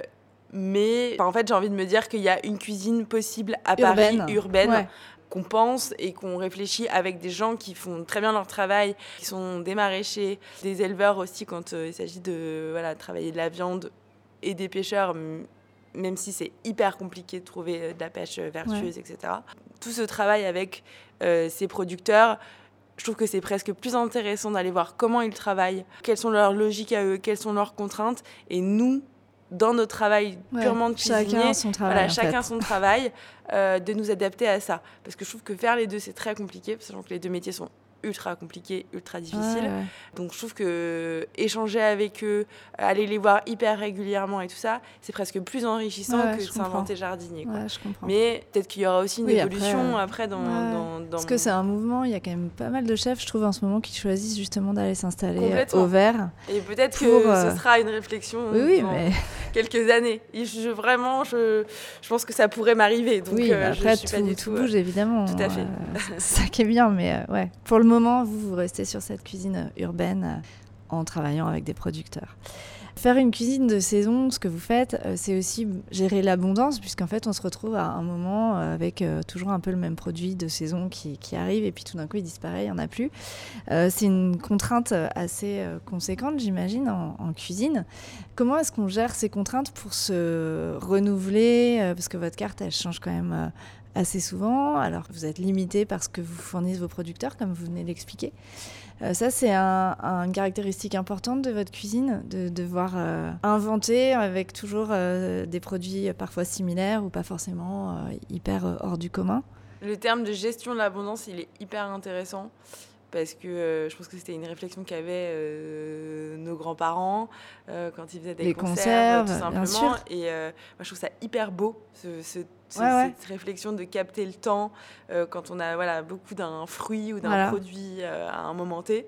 mais en fait, j'ai envie de me dire qu'il y a une cuisine possible à urbaine. Paris, urbaine. Ouais. Qu'on pense et qu'on réfléchit avec des gens qui font très bien leur travail, qui sont des maraîchers, des éleveurs aussi quand euh, il s'agit de voilà, travailler de la viande et des pêcheurs, même si c'est hyper compliqué de trouver de la pêche vertueuse, ouais. et cetera. Tout ce travail avec euh, ces producteurs, je trouve que c'est presque plus intéressant d'aller voir comment ils travaillent, quelles sont leurs logiques à eux, quelles sont leurs contraintes, et nous, dans notre travail ouais, purement de cuisinier, chacun son travail, voilà, en chacun fait. son travail, euh, de nous adapter à ça. Parce que je trouve que faire les deux, c'est très compliqué, sachant que les deux métiers sont ultra compliqués, ultra difficiles. Ouais, ouais. Donc je trouve que échanger avec eux, aller les voir hyper régulièrement et tout ça, c'est presque plus enrichissant ouais, que de s'inventer jardinier. Quoi. Ouais, je comprends. Mais peut-être qu'il y aura aussi une oui, évolution après, après dans, ouais. dans, dans... Parce que c'est un mouvement, il y a quand même pas mal de chefs, je trouve, en ce moment, qui choisissent justement d'aller s'installer au vert. Et peut-être pour, que euh... ce sera une réflexion oui, oui, dans mais... quelques années. Et je, vraiment, je, je pense que ça pourrait m'arriver. Donc, oui, euh, après, je suis tout, pas du tout tout, bouge, évidemment. Tout à fait. Euh, c'est ça qui est bien, mais euh, ouais. Pour le moment, vous, vous restez sur cette cuisine urbaine euh, en travaillant avec des producteurs. Faire une cuisine de saison, ce que vous faites, euh, c'est aussi gérer l'abondance, puisqu'en fait, on se retrouve à un moment euh, avec euh, toujours un peu le même produit de saison qui, qui arrive, et puis tout d'un coup, il disparaît, il n'y en a plus. Euh, c'est une contrainte assez euh, conséquente, j'imagine, en, en cuisine. Comment est-ce qu'on gère ces contraintes pour se renouveler euh, parce que votre carte, elle change quand même euh, assez souvent, alors que vous êtes limité par ce que vous fournissent vos producteurs, comme vous venez d'expliquer. Euh, ça, c'est un, un, une caractéristique importante de votre cuisine, de devoir euh, inventer avec toujours euh, des produits parfois similaires ou pas forcément euh, hyper euh, hors du commun. Le terme de gestion de l'abondance, il est hyper intéressant parce que euh, je pense que c'était une réflexion qu'avaient euh, nos grands-parents euh, quand ils faisaient des Les conserves, conserves, tout simplement. Bien sûr. Et euh, moi, je trouve ça hyper beau, ce, ce Ce, ouais, ouais. cette réflexion de capter le temps euh, quand on a voilà, beaucoup d'un fruit ou d'un voilà. produit euh, à un moment T.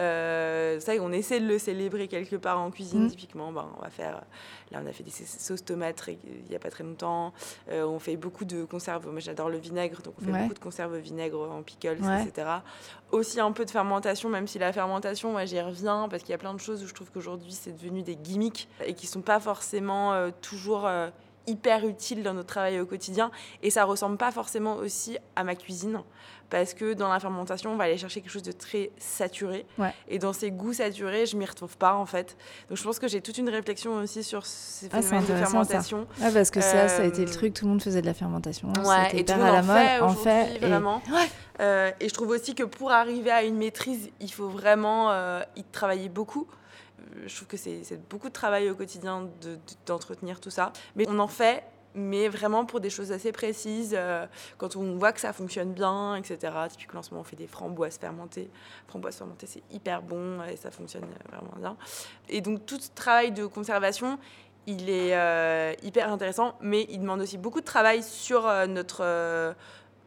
Euh, ça, on essaie de le célébrer quelque part en cuisine. Mmh. Typiquement, ben, on va faire, là, on a fait des sauces tomates il n'y a pas très longtemps. Euh, on fait beaucoup de conserves. Moi, j'adore le vinaigre, donc on fait ouais. beaucoup de conserves au vinaigre en pickles, ouais. et cetera. Aussi un peu de fermentation, même si la fermentation, moi, j'y reviens parce qu'il y a plein de choses où je trouve qu'aujourd'hui, c'est devenu des gimmicks et qui ne sont pas forcément euh, toujours... Euh, hyper utile dans notre travail au quotidien et ça ressemble pas forcément aussi à ma cuisine parce que dans la fermentation on va aller chercher quelque chose de très saturé ouais. et dans ces goûts saturés je m'y retrouve pas en fait, donc je pense que j'ai toute une réflexion aussi sur ces phénomènes ah, de fermentation ah, parce que ça, euh... ça a été le truc, tout le monde faisait de la fermentation, ouais, c'était et hyper tout le à la monde mode en fait, en fait et... vraiment ouais. euh, et je trouve aussi que pour arriver à une maîtrise il faut vraiment euh, y travailler beaucoup. Je trouve que c'est, c'est beaucoup de travail au quotidien de, de, d'entretenir tout ça. Mais on en fait, mais vraiment pour des choses assez précises. Euh, quand on voit que ça fonctionne bien, et cetera. Typiquement, en ce moment, on fait des framboises fermentées. Framboises fermentées, c'est hyper bon et ça fonctionne vraiment bien. Et donc, tout ce travail de conservation, il est euh, hyper intéressant, mais il demande aussi beaucoup de travail sur euh, notre... Euh,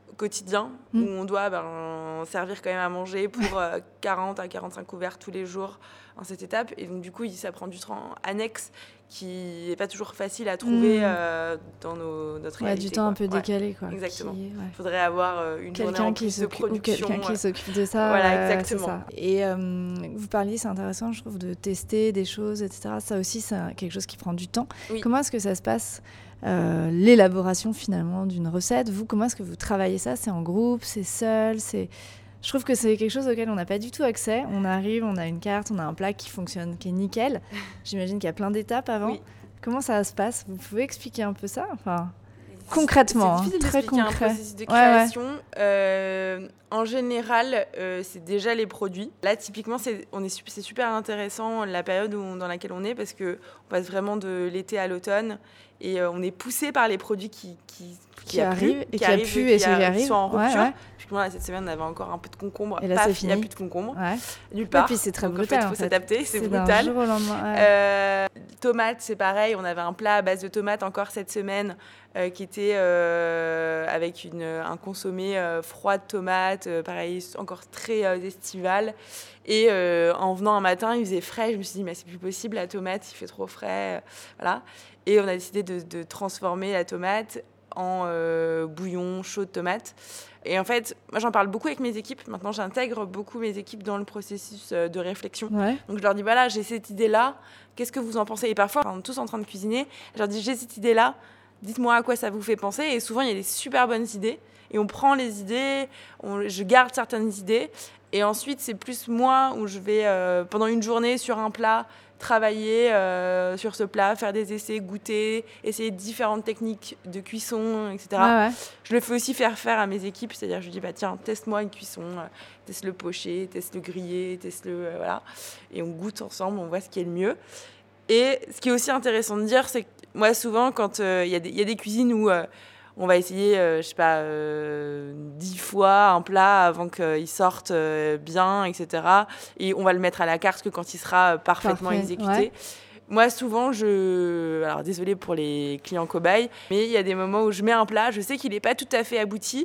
quotidien mmh. où on doit ben, servir quand même à manger pour euh, quarante à quarante-cinq couverts tous les jours en cette étape. Et donc, du coup, ça prend du temps annexe qui n'est pas toujours facile à trouver mmh. euh, dans nos, notre ouais, réalité. Du temps quoi. un peu décalé. Quoi, exactement. Il ouais. faudrait avoir euh, une quelqu'un journée en qui plus de production. Ou quelqu'un qui s'occupe de ça. Voilà, euh, exactement. Ça. Et euh, vous parliez, c'est intéressant, je trouve, de tester des choses, et cetera. Ça aussi, c'est quelque chose qui prend du temps. Oui. Comment est-ce que ça se passe euh, l'élaboration, finalement, d'une recette? Vous, comment est-ce que vous travaillez ça? C'est en groupe? C'est seul? C'est... Je trouve que c'est quelque chose auquel on n'a pas du tout accès. On arrive, on a une carte, on a un plat qui fonctionne, qui est nickel. J'imagine qu'il y a plein d'étapes avant. Oui. Comment ça se passe? Vous pouvez expliquer un peu ça? Enfin, concrètement, c'est difficile hein, très d'expliquer concret. Un processus de création. Ouais, ouais. Euh, en général, euh, c'est déjà les produits. Là, typiquement, c'est, on est, c'est super intéressant la période où on, dans laquelle on est parce qu'on passe vraiment de l'été à l'automne et euh, on est poussé par les produits qui, qui, qui, qui arrivent et qui, qui arrivent pu et qui, a, arrivent. qui sont en rupture. Ouais, ouais. Là, cette semaine, on avait encore un peu de concombre. Et là, Paf, c'est fini. Il n'y a plus de concombre. Ouais. Nulle part. Et puis, c'est très Donc, brutal. En fait, il faut en fait. s'adapter. C'est, c'est brutal. D'un jour au lendemain. Ouais. Euh, tomates, c'est pareil. On avait un plat à base de tomates encore cette semaine euh, qui était euh, avec une, un consommé euh, froid de tomates. Euh, pareil, encore très euh, estival. Et euh, en venant un matin, il faisait frais. Je me suis dit, mais c'est plus possible, la tomate, il fait trop frais. Euh, voilà. Et on a décidé de, de transformer la tomate en euh, bouillon chaud de tomate. Et en fait, moi, j'en parle beaucoup avec mes équipes. Maintenant, j'intègre beaucoup mes équipes dans le processus euh, de réflexion. Ouais. Donc, je leur dis, voilà, j'ai cette idée-là. Qu'est-ce que vous en pensez? Et parfois, on est tous en train de cuisiner. Je leur dis, j'ai cette idée-là. Dites-moi à quoi ça vous fait penser. Et souvent, il y a des super bonnes idées. Et on prend les idées. On, je garde certaines idées. Et ensuite, c'est plus moi où je vais, euh, pendant une journée, sur un plat, travailler euh, sur ce plat, faire des essais, goûter, essayer différentes techniques de cuisson, et cetera. Ah ouais. Je le fais aussi faire faire à mes équipes, c'est-à-dire je lui dis bah tiens, teste-moi une cuisson, euh, teste le poché, teste le grillé, teste le euh, voilà, et on goûte ensemble, on voit ce qui est le mieux. Et ce qui est aussi intéressant de dire, c'est que moi souvent quand il euh, y, y a des cuisines où euh, on va essayer, euh, je sais pas, euh, dix fois un plat avant qu'il sorte euh, bien, et cetera. Et on va le mettre à la carte que quand il sera parfaitement Parfait, exécuté. ouais. Moi, souvent, je... Alors, désolée pour les clients cobayes, mais il y a des moments où je mets un plat, je sais qu'il n'est pas tout à fait abouti,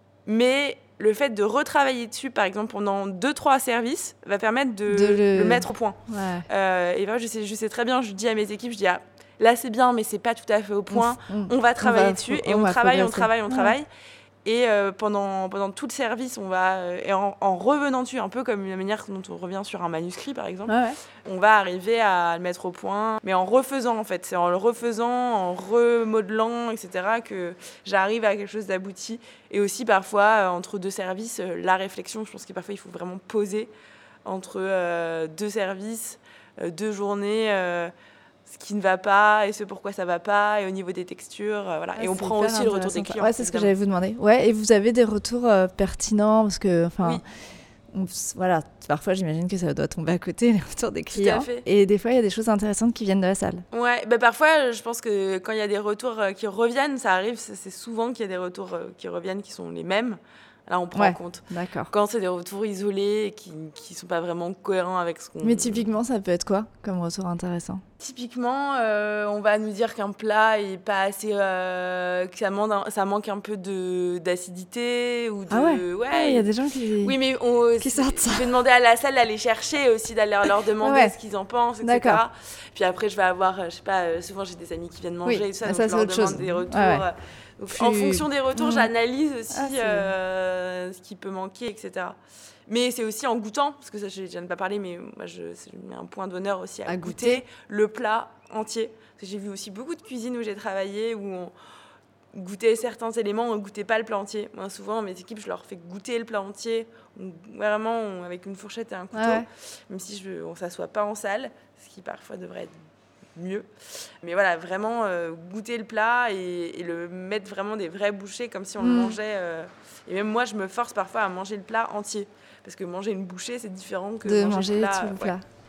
mais le fait de retravailler dessus, par exemple, pendant deux trois services, va permettre de, de le... le mettre au point. Ouais. Euh, et ben, je sais, je sais très bien, je dis à mes équipes, je dis... Ah, là, c'est bien, mais c'est pas tout à fait au point. On, on, on va travailler on va, dessus on, et on, on travaille, on travaille, on travaille. Et euh, pendant, pendant tout le service, on va, euh, et en, en revenant dessus, un peu comme la manière dont on revient sur un manuscrit, par exemple, ouais. on va arriver à le mettre au point. Mais en refaisant, en fait. C'est en le refaisant, en remodelant, et cetera, que j'arrive à quelque chose d'abouti. Et aussi, parfois, euh, entre deux services, euh, la réflexion, je pense que parfois, il faut vraiment poser entre euh, deux services, euh, deux journées... Euh, ce qui ne va pas et ce pourquoi ça va pas et au niveau des textures euh, voilà ouais, et on prend aussi le retour des clients. Ouais, c'est ce que j'allais vous demander. Ouais, et vous avez des retours euh, pertinents parce que enfin oui. voilà, parfois j'imagine que ça doit tomber à côté les retours des clients. Tout à fait. Et des fois il y a des choses intéressantes qui viennent de la salle. Ouais, bah parfois je pense que quand il y a des retours euh, qui reviennent, ça arrive, c'est, c'est souvent qu'il y a des retours euh, qui reviennent qui sont les mêmes. Là, on prend ouais, en compte. D'accord. Quand c'est des retours isolés et qui ne sont pas vraiment cohérents avec ce qu'on... Mais typiquement, ça peut être quoi comme retour intéressant? Typiquement, euh, on va nous dire qu'un plat est pas assez... Euh, que ça manque, un, ça manque un peu de, d'acidité ou de... Ah ouais, ouais. Ah, il y a des gens qui, oui, mais on, qui sortent ça. Je vais demander à la salle d'aller chercher aussi, d'aller leur demander ouais. ce qu'ils en pensent, et cetera. D'accord. Puis après, je vais avoir, je sais pas, souvent j'ai des amis qui viennent manger oui. et tout ça, ah, donc ça je c'est leur autre demande chose. des retours... Ouais, ouais. Donc, Puis... en fonction des retours, mmh. j'analyse aussi ah, euh, ce qui peut manquer, et cetera. Mais c'est aussi en goûtant, parce que ça, je viens de pas parler, mais moi, je, je mets un point d'honneur aussi à, à goûter, goûter le plat entier. Parce que j'ai vu aussi beaucoup de cuisines où j'ai travaillé, où on goûtait certains éléments, on ne goûtait pas le plat entier. Moi, souvent, mes équipes, je leur fais goûter le plat entier, on, vraiment on, avec une fourchette et un couteau, ah ouais. même si je, on ne s'assoit pas en salle, ce qui parfois devrait être mieux. Mais voilà, vraiment euh, goûter le plat et, et le mettre vraiment des vrais bouchées comme si on mmh. le mangeait. Euh, et même moi, je me force parfois à manger le plat entier. Parce que manger une bouchée, c'est différent que de manger, manger le plat. tout le plat. Ouais.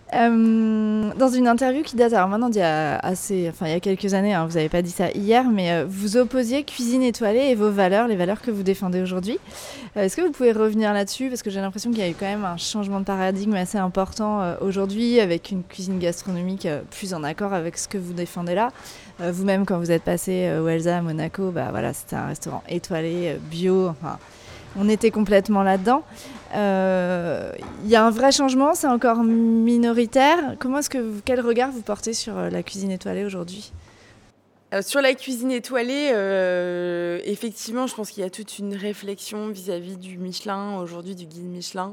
Euh, dans une interview qui date, alors maintenant d'il y a assez, enfin il y a quelques années, hein, vous n'avez pas dit ça hier, mais euh, vous opposiez cuisine étoilée et vos valeurs, les valeurs que vous défendez aujourd'hui. Euh, est-ce que vous pouvez revenir là-dessus? Parce que j'ai l'impression qu'il y a eu quand même un changement de paradigme assez important euh, aujourd'hui, avec une cuisine gastronomique euh, plus en accord avec ce que vous défendez là. Euh, vous-même, quand vous êtes passé euh, au Elsa à Monaco, bah, voilà, c'était un restaurant étoilé, euh, bio, enfin... On était complètement là-dedans. Il euh, y a un vrai changement, c'est encore minoritaire. Comment est-ce que vous, quel regard vous portez sur la cuisine étoilée aujourd'hui ? Euh, sur la cuisine étoilée, euh, effectivement, je pense qu'il y a toute une réflexion vis-à-vis du Michelin, aujourd'hui du guide Michelin,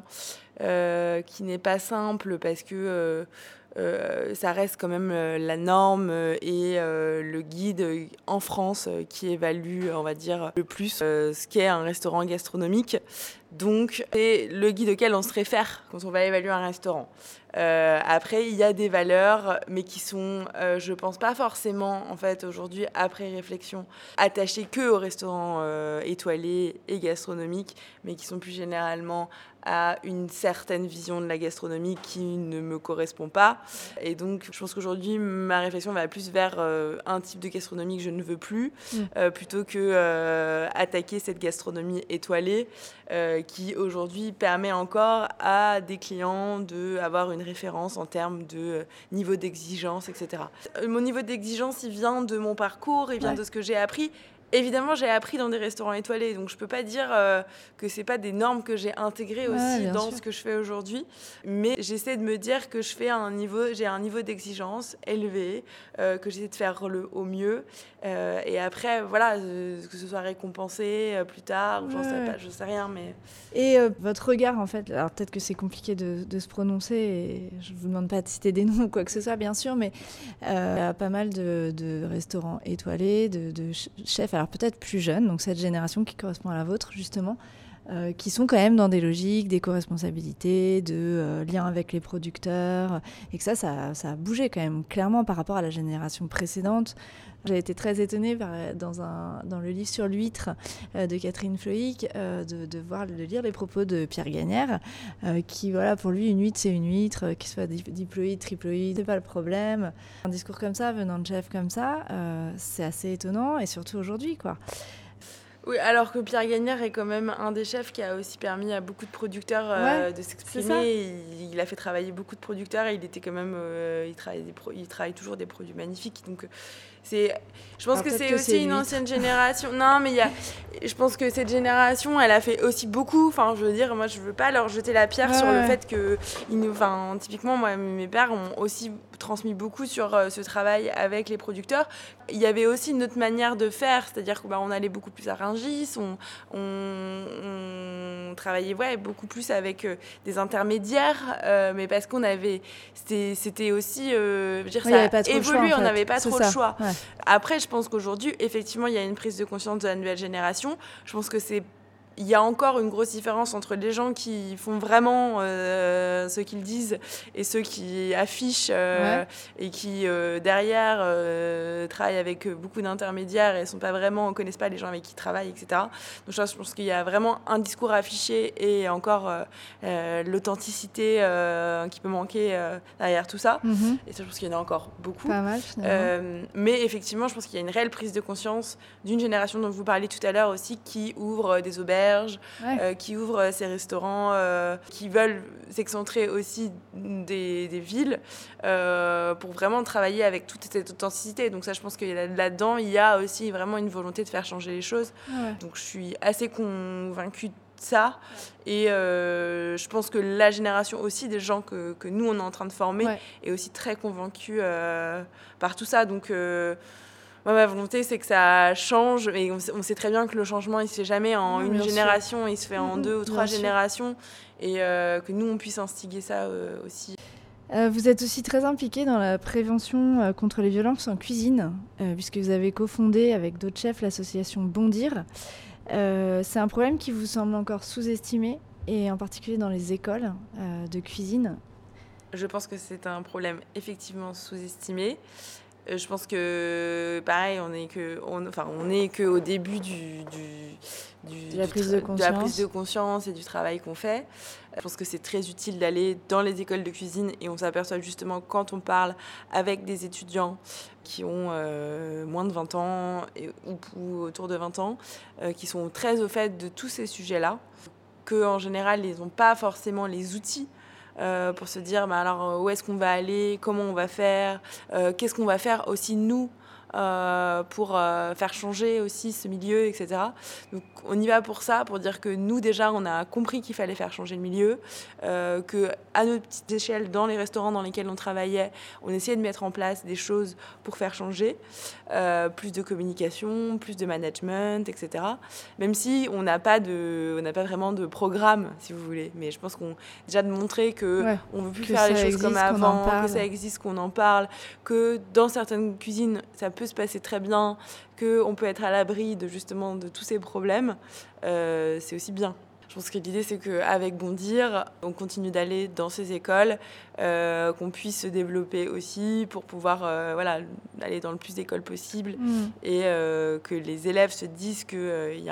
euh, qui n'est pas simple parce que euh, euh, ça reste quand même euh, la norme euh, et euh, le guide euh, en France euh, qui évalue, on va dire, le plus euh, ce qu'est un restaurant gastronomique. Donc, c'est le guide auquel on se réfère quand on va évaluer un restaurant. Euh, après, il y a des valeurs, mais qui sont, euh, je pense pas forcément, en fait, aujourd'hui, après réflexion, attachées que aux restaurants euh, étoilés et gastronomiques, mais qui sont plus généralement à une certaine vision de la gastronomie qui ne me correspond pas. Et donc, je pense qu'aujourd'hui, ma réflexion va plus vers euh, un type de gastronomie que je ne veux plus, mmh. euh, plutôt que euh, attaquer cette gastronomie étoilée, euh, qui aujourd'hui permet encore à des clients d'avoir une référence en termes de euh, niveau d'exigence, et cetera. Euh, mon niveau d'exigence, il vient de mon parcours, il vient ouais. de ce que j'ai appris. Évidemment, j'ai appris dans des restaurants étoilés, donc je peux pas dire euh, que c'est pas des normes que j'ai intégrées aussi ouais, dans sûr. ce que je fais aujourd'hui. Mais j'essaie de me dire que je fais un niveau, j'ai un niveau d'exigence élevé, euh, que j'essaie de faire le au mieux. Euh, et après, voilà, euh, que ce soit récompensé euh, plus tard, ouais. j'en sais pas, je sais rien, mais. Et euh, votre regard, en fait, alors peut-être que c'est compliqué de, de se prononcer, et je vous demande pas de citer des noms ou quoi que ce soit, bien sûr, mais euh, il y a pas mal de, de restaurants étoilés, de, de chefs. Alors peut-être plus jeunes, donc cette génération qui correspond à la vôtre justement, euh, qui sont quand même dans des logiques d'éco-responsabilité, de euh, lien avec les producteurs, et que ça, ça, ça a bougé quand même clairement par rapport à la génération précédente. J'ai été très étonnée par, dans, un, dans le livre sur l'huître euh, de Catherine Floïc euh, de, de, voir, de lire les propos de Pierre Gagnère euh, qui, voilà, pour lui, une huître, c'est une huître, euh, qu'il soit diploïde, triploïde, c'est pas le problème. Un discours comme ça, venant de chefs comme ça, euh, c'est assez étonnant, et surtout aujourd'hui, quoi. Oui, alors que Pierre Gagnère est quand même un des chefs qui a aussi permis à beaucoup de producteurs euh, ouais, de s'exprimer. Il, il a fait travailler beaucoup de producteurs et il était quand même, euh, il, travaille des pro- il travaille toujours des produits magnifiques. Donc c'est, je pense alors que c'est que aussi c'est une ancienne génération. Non, mais il y a, je pense que cette génération, elle a fait aussi beaucoup. Enfin, je veux dire, moi, je veux pas leur jeter la pierre ouais, sur ouais. le fait que, ils nous, enfin, typiquement, moi, mes pères ont aussi transmis beaucoup sur euh, ce travail avec les producteurs. Il y avait aussi une autre manière de faire, c'est-à-dire qu'on bah, allait beaucoup plus à Rungis, on, on, on travaillait ouais, beaucoup plus avec euh, des intermédiaires, euh, mais parce qu'on avait, c'était, c'était aussi, euh, je veux dire, oui, ça a évolué, on n'avait pas trop le choix. Ouais. Après, je pense qu'aujourd'hui, effectivement, il y a une prise de conscience de la nouvelle génération. Je pense que c'est il y a encore une grosse différence entre les gens qui font vraiment euh, ce qu'ils disent et ceux qui affichent euh, ouais. et qui, euh, derrière, euh, travaillent avec beaucoup d'intermédiaires et sont pas vraiment, connaissent pas les gens avec qui ils travaillent, et cetera. Donc je pense qu'il y a vraiment un discours affiché et encore euh, euh, l'authenticité euh, qui peut manquer euh, derrière tout ça. Mm-hmm. Et ça, je pense qu'il y en a encore beaucoup. Pas mal, finalement. Euh, mais effectivement, je pense qu'il y a une réelle prise de conscience d'une génération dont vous parliez tout à l'heure aussi, qui ouvre des auberges, Ouais. Euh, qui ouvrent ces restaurants, euh, qui veulent s'excentrer aussi des, des villes euh, pour vraiment travailler avec toute cette authenticité. Donc ça, je pense que là-dedans, il y a aussi vraiment une volonté de faire changer les choses. Ouais. Donc je suis assez convaincue de ça. Et euh, je pense que la génération aussi des gens que, que nous, on est en train de former ouais. est aussi très convaincue euh, par tout ça. Donc... Euh, Moi, ma volonté, c'est que ça change. Et on sait, on sait très bien que le changement, il ne se fait jamais en oui, une génération, sûr. Il se fait en mmh, deux ou trois générations. Sûr. Et euh, que nous, on puisse instiguer ça euh, aussi. Euh, vous êtes aussi très impliqué dans la prévention euh, contre les violences en cuisine, euh, puisque vous avez cofondé avec d'autres chefs l'association Bondir. Euh, c'est un problème qui vous semble encore sous-estimé, et en particulier dans les écoles euh, de cuisine. Je pense que c'est un problème effectivement sous-estimé. Je pense que, pareil, on est que, on, enfin, on est que au début du, du, du, de, la prise de, de la prise de conscience et du travail qu'on fait. Je pense que c'est très utile d'aller dans les écoles de cuisine et on s'aperçoit justement quand on parle avec des étudiants qui ont euh, moins de vingt ans et, ou, ou autour de vingt ans, euh, qui sont très au fait de tous ces sujets-là, qu'en général, ils n'ont pas forcément les outils euh, pour se dire bah, alors, où est-ce qu'on va aller, comment on va faire, euh, qu'est-ce qu'on va faire aussi nous Euh, pour euh, faire changer aussi ce milieu, et cetera. Donc on y va pour ça, pour dire que nous déjà on a compris qu'il fallait faire changer le milieu, euh, qu'à notre petite échelle, dans les restaurants dans lesquels on travaillait, on essayait de mettre en place des choses pour faire changer, euh, plus de communication, plus de management, et cetera. Même si on n'a pas de, on n'a pas vraiment de programme, si vous voulez, mais je pense qu'on déjà de montrer que ouais, on veut plus que faire les choses existe, comme qu'on avant, que ça existe, qu'on en parle, que dans certaines cuisines ça peut se passer très bien, qu'on peut être à l'abri de justement de tous ces problèmes, euh, c'est aussi bien. Je pense que l'idée c'est qu'avec Bondir, on continue d'aller dans ces écoles, euh, qu'on puisse se développer aussi pour pouvoir euh, voilà, aller dans le plus d'écoles possible mmh. et euh, que les élèves se disent qu'il euh, y, y,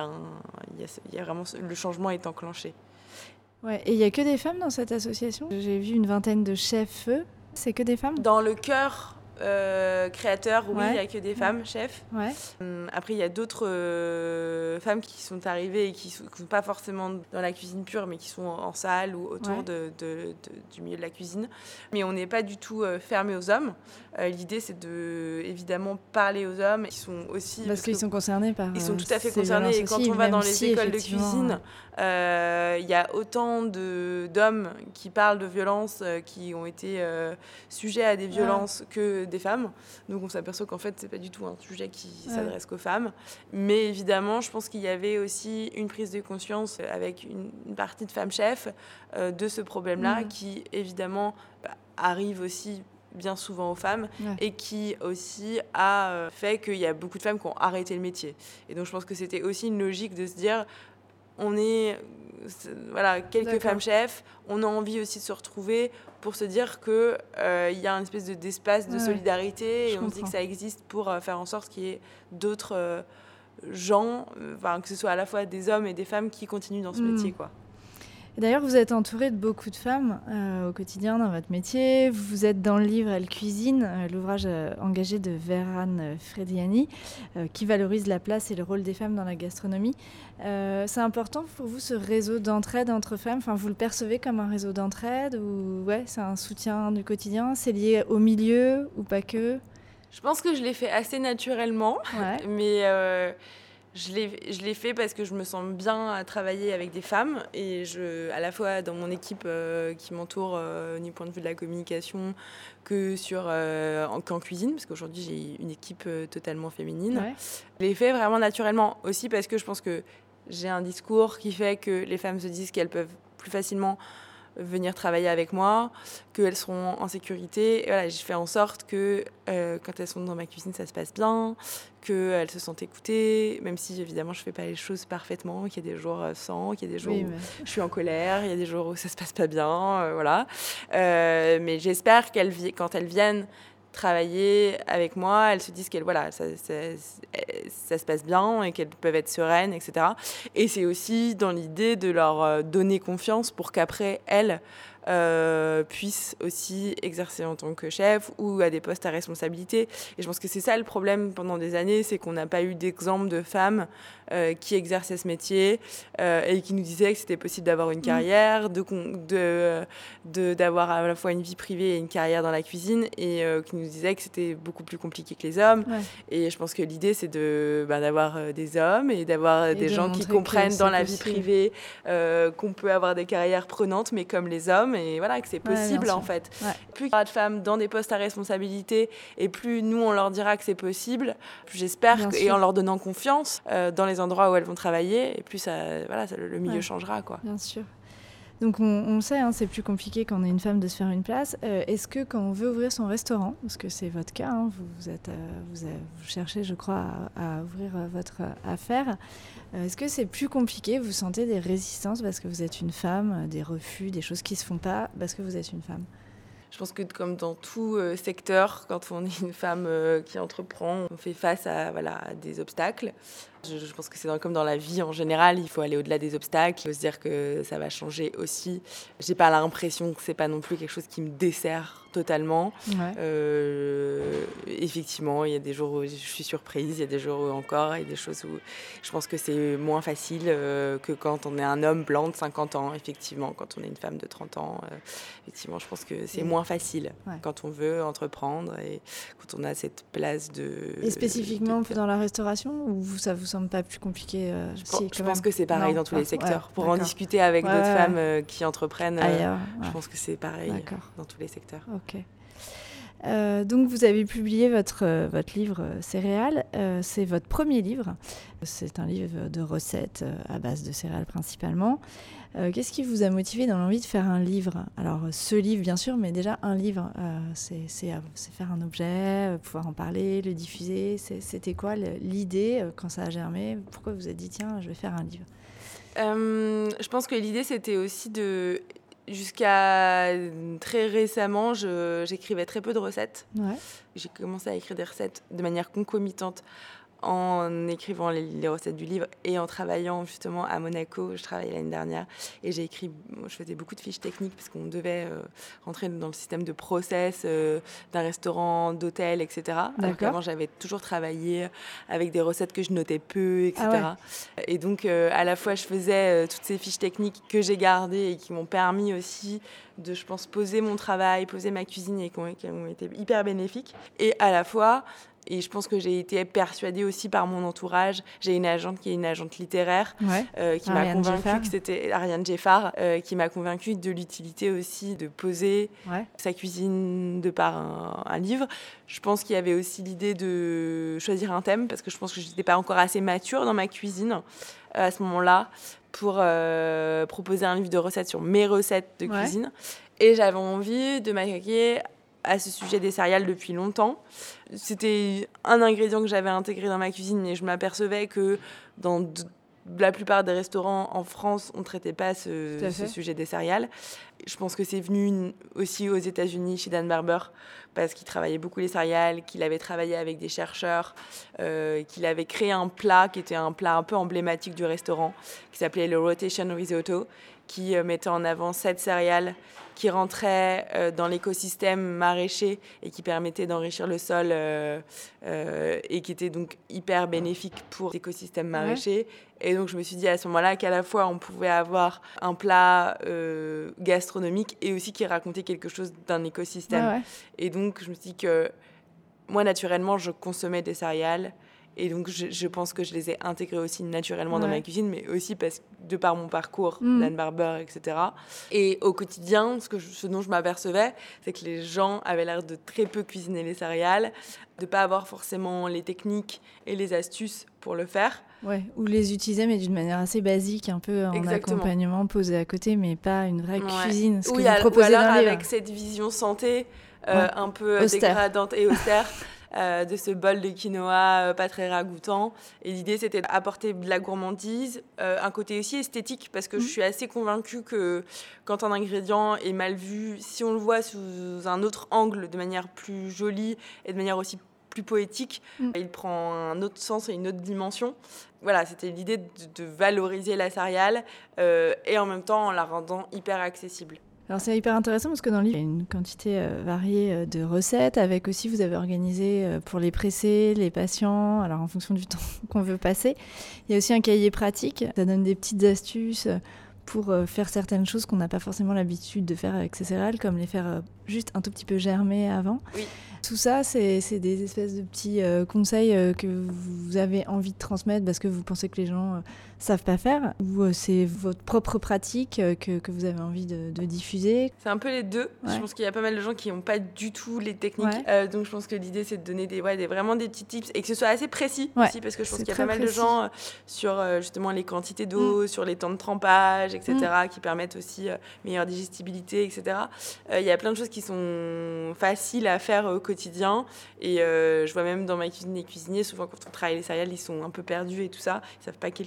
y a vraiment le changement est enclenché. Ouais, et il n'y a que des femmes dans cette association ? J'ai vu une vingtaine de chefs, c'est que des femmes ? Dans le cœur Euh, créateurs, oui, il ouais. n'y a que des femmes, chefs. Ouais. Hum, après, il y a d'autres euh, femmes qui sont arrivées et qui ne sont pas forcément dans la cuisine pure, mais qui sont en salle ou autour ouais. de, de, de, du milieu de la cuisine. Mais on n'est pas du tout euh, fermé aux hommes. Euh, l'idée, c'est de, évidemment, parler aux hommes qui sont aussi... Parce, parce qu'ils sont concernés par... Ils sont tout à fait concernés. Et quand aussi, on va dans les si, écoles de cuisine, il euh, y a autant de, d'hommes qui parlent de violences, euh, qui ont été euh, sujets à des violences ouais. que des femmes. Donc on s'aperçoit qu'en fait, c'est pas du tout un sujet qui ouais. s'adresse qu'aux femmes. Mais évidemment, je pense qu'il y avait aussi une prise de conscience avec une, une partie de femmes chefs euh, de ce problème-là mmh. qui, évidemment, bah, arrive aussi bien souvent aux femmes ouais. et qui aussi a euh, fait qu'il y a beaucoup de femmes qui ont arrêté le métier. Et donc je pense que c'était aussi une logique de se dire on est, voilà, quelques D'accord. femmes chefs, on a envie aussi de se retrouver pour se dire qu'il euh, y a une espèce de, d'espace de ouais, solidarité et on se dit que ça existe pour euh, faire en sorte qu'il y ait d'autres euh, gens, euh, que ce soit à la fois des hommes et des femmes qui continuent dans ce mmh. métier, quoi. Et d'ailleurs, vous êtes entourée de beaucoup de femmes euh, au quotidien dans votre métier. Vous êtes dans le livre Elle cuisine, euh, l'ouvrage euh, engagé de Vérane Frediani, euh, qui valorise la place et le rôle des femmes dans la gastronomie. Euh, c'est important pour vous ce réseau d'entraide entre femmes. Enfin, vous le percevez comme un réseau d'entraide ou ouais, c'est un soutien du quotidien. C'est lié au milieu ou pas que ? Je pense que je l'ai fait assez naturellement, ouais. mais. Euh... Je l'ai, je l'ai fait parce que je me sens bien à travailler avec des femmes et je, à la fois dans mon équipe euh, qui m'entoure euh, du point de vue de la communication que sur, euh, en, qu'en cuisine, parce qu'aujourd'hui j'ai une équipe euh, totalement féminine. Ouais. Je l'ai fait vraiment naturellement aussi parce que je pense que j'ai un discours qui fait que les femmes se disent qu'elles peuvent plus facilement venir travailler avec moi, qu'elles seront en sécurité. Et voilà, j'ai fait en sorte que euh, quand elles sont dans ma cuisine, ça se passe bien, qu'elles se sentent écoutées, même si évidemment je ne fais pas les choses parfaitement, qu'il y a des jours sans, qu'il y a des jours oui, où mais... je suis en colère, il y a des jours où ça ne se passe pas bien, euh, voilà. Euh, mais j'espère qu'elles, quand elles viennent travailler avec moi, elles se disent qu'elles, voilà, ça, ça, ça se passe bien et qu'elles peuvent être sereines, et cetera. Et c'est aussi dans l'idée de leur donner confiance pour qu'après, elles euh, puissent aussi exercer en tant que chef ou à des postes à responsabilité. Et je pense que c'est ça le problème pendant des années, c'est qu'on n'a pas eu d'exemple de femmes euh, qui exerçaient ce métier euh, et qui nous disaient que c'était possible d'avoir une carrière, de, de, de, d'avoir à la fois une vie privée et une carrière dans la cuisine et euh, qui nous disaient que c'était beaucoup plus compliqué que les hommes. Ouais. Et je pense que l'idée, c'est de, bah, d'avoir des hommes et d'avoir et des gens qui comprennent dans la possible. vie privée euh, qu'on peut avoir des carrières prenantes, mais comme les hommes. Et voilà, que c'est possible ouais, en fait. Ouais. Plus il y aura de femmes dans des postes à responsabilité et plus nous on leur dira que c'est possible, plus j'espère que, et en leur donnant confiance euh, dans les endroits où elles vont travailler, et plus ça, voilà, ça, le milieu ouais. changera, quoi. Bien sûr. Donc on, on le sait, hein, c'est plus compliqué quand on est une femme de se faire une place. Euh, est-ce que quand on veut ouvrir son restaurant, parce que c'est votre cas, hein, vous, vous, êtes, euh, vous, avez, vous cherchez, je crois, à, à ouvrir euh, votre affaire, euh, est-ce que c'est plus compliqué ? Vous sentez des résistances parce que vous êtes une femme, des refus, des choses qui ne se font pas parce que vous êtes une femme ? Je pense que comme dans tout euh, secteur, quand on est une femme euh, qui entreprend, on fait face à, voilà, à des obstacles. Je, je pense que c'est dans, comme dans la vie en général, il faut aller au-delà des obstacles, il faut se dire que ça va changer aussi. J'ai pas l'impression que c'est pas non plus quelque chose qui me dessert totalement. Ouais. Euh, effectivement, il y a des jours où je suis surprise, il y a des jours où encore, il y a des choses où je pense que c'est moins facile euh, que quand on est un homme blanc de cinquante ans, effectivement, quand on est une femme de trente ans, euh, effectivement, je pense que c'est moins facile ouais. quand on veut entreprendre et quand on a cette place de... Et spécifiquement de... dans la restauration, ou ça vous semble pas plus compliqué euh, Je, si, je pense que c'est pareil non, dans tous les secteurs. Ouais, Pour d'accord. en discuter avec ouais, d'autres ouais. femmes euh, qui entreprennent, ailleurs, euh, ouais. je pense que c'est pareil d'accord. dans tous les secteurs. Ok. Euh, donc vous avez publié votre, euh, votre livre euh, Céréales, euh, c'est votre premier livre, c'est un livre de recettes euh, à base de céréales principalement. Euh, qu'est-ce qui vous a motivé dans l'envie de faire un livre ? Alors ce livre bien sûr, mais déjà un livre, euh, c'est, c'est, c'est faire un objet, euh, pouvoir en parler, le diffuser, c'est, c'était quoi l'idée euh, quand ça a germé ? Pourquoi vous vous êtes dit tiens je vais faire un livre ? euh, Je pense que l'idée c'était aussi de... Jusqu'à très récemment, je, j'écrivais très peu de recettes. Ouais. J'ai commencé à écrire des recettes de manière concomitante en écrivant les, les recettes du livre et en travaillant justement à Monaco. Je travaillais l'année dernière et j'ai écrit, je faisais beaucoup de fiches techniques parce qu'on devait euh, rentrer dans le système de process euh, d'un restaurant, d'hôtel, et cetera. Alors qu'avant, j'avais toujours travaillé avec des recettes que je notais peu, et cetera. Ah ouais. Et donc, euh, à la fois, je faisais euh, toutes ces fiches techniques que j'ai gardées et qui m'ont permis aussi de, je pense, poser mon travail, poser ma cuisine et qui ont, qui ont été hyper bénéfiques. Et à la fois... Et je pense que j'ai été persuadée aussi par mon entourage. J'ai une agente qui est une agente littéraire ouais. euh, qui Ariane m'a convaincue que c'était Ariane Jeffard, euh, qui m'a convaincue de l'utilité aussi de poser ouais. sa cuisine de par un, un livre. Je pense qu'il y avait aussi l'idée de choisir un thème parce que je pense que je n'étais pas encore assez mature dans ma cuisine euh, à ce moment-là pour euh, proposer un livre de recettes sur mes recettes de ouais. cuisine. Et j'avais envie de m'attaquer à ce sujet des céréales depuis longtemps. C'était un ingrédient que j'avais intégré dans ma cuisine et je m'apercevais que dans d- la plupart des restaurants en France, on ne traitait pas ce, ce sujet des céréales. Je pense que c'est venu aussi aux États-Unis chez Dan Barber parce qu'il travaillait beaucoup les céréales, qu'il avait travaillé avec des chercheurs, euh, qu'il avait créé un plat qui était un plat un peu emblématique du restaurant qui s'appelait le Rotation Risotto, qui euh, mettait en avant sept céréales qui rentraient euh, dans l'écosystème maraîcher et qui permettaient d'enrichir le sol euh, euh, et qui étaient donc hyper bénéfiques pour l'écosystème maraîcher. Ouais. Et donc je me suis dit à ce moment-là qu'à la fois on pouvait avoir un plat euh, gastronomique et aussi qui racontait quelque chose d'un écosystème. Ouais, ouais. Et donc je me suis dit que moi naturellement je consommais des céréales. Et donc, je, je pense que je les ai intégrés aussi naturellement ouais. dans ma cuisine, mais aussi parce que, de par mon parcours, mmh. Dan Barber, et cetera. Et au quotidien, ce, que je, ce dont je m'apercevais, c'est que les gens avaient l'air de très peu cuisiner les céréales, de ne pas avoir forcément les techniques et les astuces pour le faire. Ouais, ou les utiliser, mais d'une manière assez basique, un peu en Exactement. accompagnement posé à côté, mais pas une vraie ouais. cuisine. Ce oui, que vous proposez ou alors dans avec cette vision santé euh, ouais. un peu austère. dégradante et austère. Euh, de ce bol de quinoa euh, pas très ragoûtant. Et l'idée, c'était d'apporter de la gourmandise, euh, un côté aussi esthétique, parce que mmh. je suis assez convaincue que quand un ingrédient est mal vu, si on le voit sous un autre angle, de manière plus jolie et de manière aussi plus poétique, mmh. il prend un autre sens et une autre dimension. Voilà, c'était l'idée de, de valoriser la céréale euh, et en même temps en la rendant hyper accessible. Alors c'est hyper intéressant parce que dans le livre, il y a une quantité euh, variée euh, de recettes, avec aussi, vous avez organisé euh, pour les pressés, les patients, alors en fonction du temps qu'on veut passer. Il y a aussi un cahier pratique, ça donne des petites astuces pour euh, faire certaines choses qu'on n'a pas forcément l'habitude de faire avec ces céréales, comme les faire euh, juste un tout petit peu germer avant. Oui. Tout ça, c'est, c'est des espèces de petits euh, conseils euh, que vous avez envie de transmettre parce que vous pensez que les gens euh, savent pas faire, ou euh, c'est votre propre pratique euh, que, que vous avez envie de, de diffuser? C'est un peu les deux. Ouais. Je pense qu'il y a pas mal de gens qui n'ont pas du tout les techniques. Ouais. Euh, donc je pense que l'idée, c'est de donner des, ouais, des, vraiment des petits tips et que ce soit assez précis ouais. aussi, parce que je pense c'est qu'il y a pas mal précis. de gens euh, sur euh, justement les quantités d'eau, mmh. sur les temps de trempage, et cetera, mmh. qui permettent aussi euh, meilleure digestibilité, et cetera. Euh, il y a plein de choses qui sont faciles à faire au quotidien. Et euh, je vois même dans ma cuisine les cuisiniers, souvent quand on travaille les céréales, ils sont un peu perdus et tout ça. Ils savent pas quelle quantité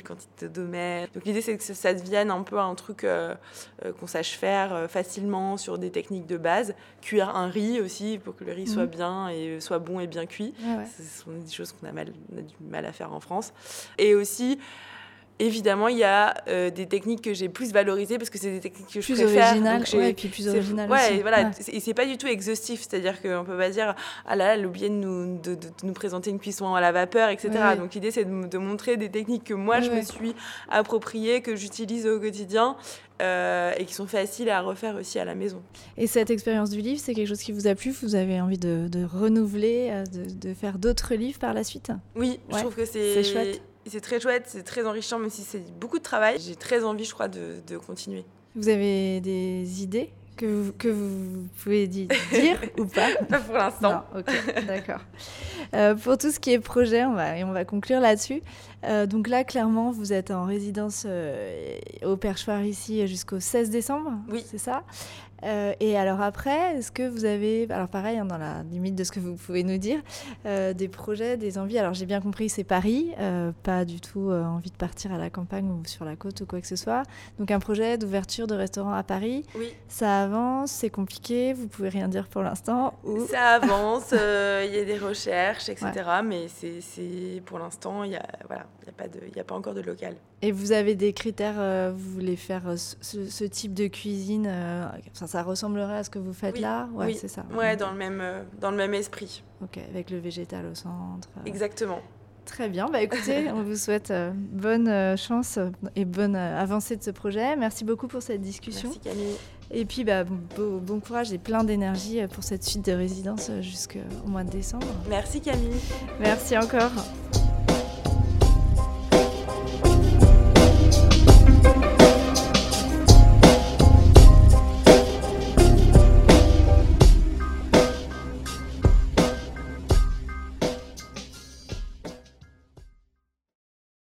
odomètre. Donc l'idée, c'est que ça devienne un peu un truc euh, euh, qu'on sache faire euh, facilement sur des techniques de base. Cuire un riz aussi, pour que le riz mmh. soit bien et soit bon et bien cuit. Ah ouais. Ce sont des choses qu'on a, mal, on a du mal à faire en France. Et aussi... Évidemment, il y a euh, des techniques que j'ai plus valorisées parce que c'est des techniques que je plus préfère. Original, donc ouais, et puis plus originales ouais, aussi. Et voilà, ouais. Et c'est pas du tout exhaustif, c'est-à-dire qu'on peut pas dire ah là, là elle a oublié de nous, de, de, de nous présenter une cuisson à la vapeur, et cetera. Ouais. Donc l'idée c'est de, de montrer des techniques que moi ouais, je ouais. me suis appropriées, que j'utilise au quotidien. Euh, et qui sont faciles à refaire aussi à la maison. Et cette expérience du livre, c'est quelque chose qui vous a plu? Vous avez envie de, de renouveler, de, de faire d'autres livres par la suite? Oui, ouais. Je trouve que c'est... C'est chouette. C'est très chouette, c'est très enrichissant, même si c'est beaucoup de travail. J'ai très envie, je crois, de, de continuer. Vous avez des idées que vous, que vous pouvez dire ou pas? Pas pour l'instant. Non, ok, d'accord. Euh, pour tout ce qui est projet, on va, et on va conclure là-dessus. Euh, donc là, clairement, vous êtes en résidence euh, au Perchoir ici jusqu'au seize décembre. Oui. C'est ça. Euh, et alors après, est-ce que vous avez, alors pareil, hein, dans la limite de ce que vous pouvez nous dire, euh, des projets, des envies? Alors j'ai bien compris, c'est Paris, euh, pas du tout euh, envie de partir à la campagne ou sur la côte ou quoi que ce soit. Donc un projet d'ouverture de restaurant à Paris. Oui. Ça avance, c'est compliqué, vous pouvez rien dire pour l'instant ou... Ça avance, il euh, y a des recherches, et cetera. Ouais. Mais c'est, c'est, pour l'instant, il n'y a, voilà, y a, pas de, y a pas encore de local. Et vous avez des critères, euh, vous voulez faire euh, ce, ce type de cuisine, euh, enfin, ça ressemblerait à ce que vous faites oui, là? Ouais, oui. c'est ça. Ouais, dans le même, euh, dans le même esprit. Ok, avec le végétal au centre. Euh... Exactement. Très bien, bah écoutez, on vous souhaite euh, bonne euh, chance et bonne euh, avancée de ce projet. Merci beaucoup pour cette discussion. Merci Camille. Et puis bah, bon, bon courage et plein d'énergie pour cette suite de résidence jusqu'au mois de décembre. Merci Camille. Merci encore.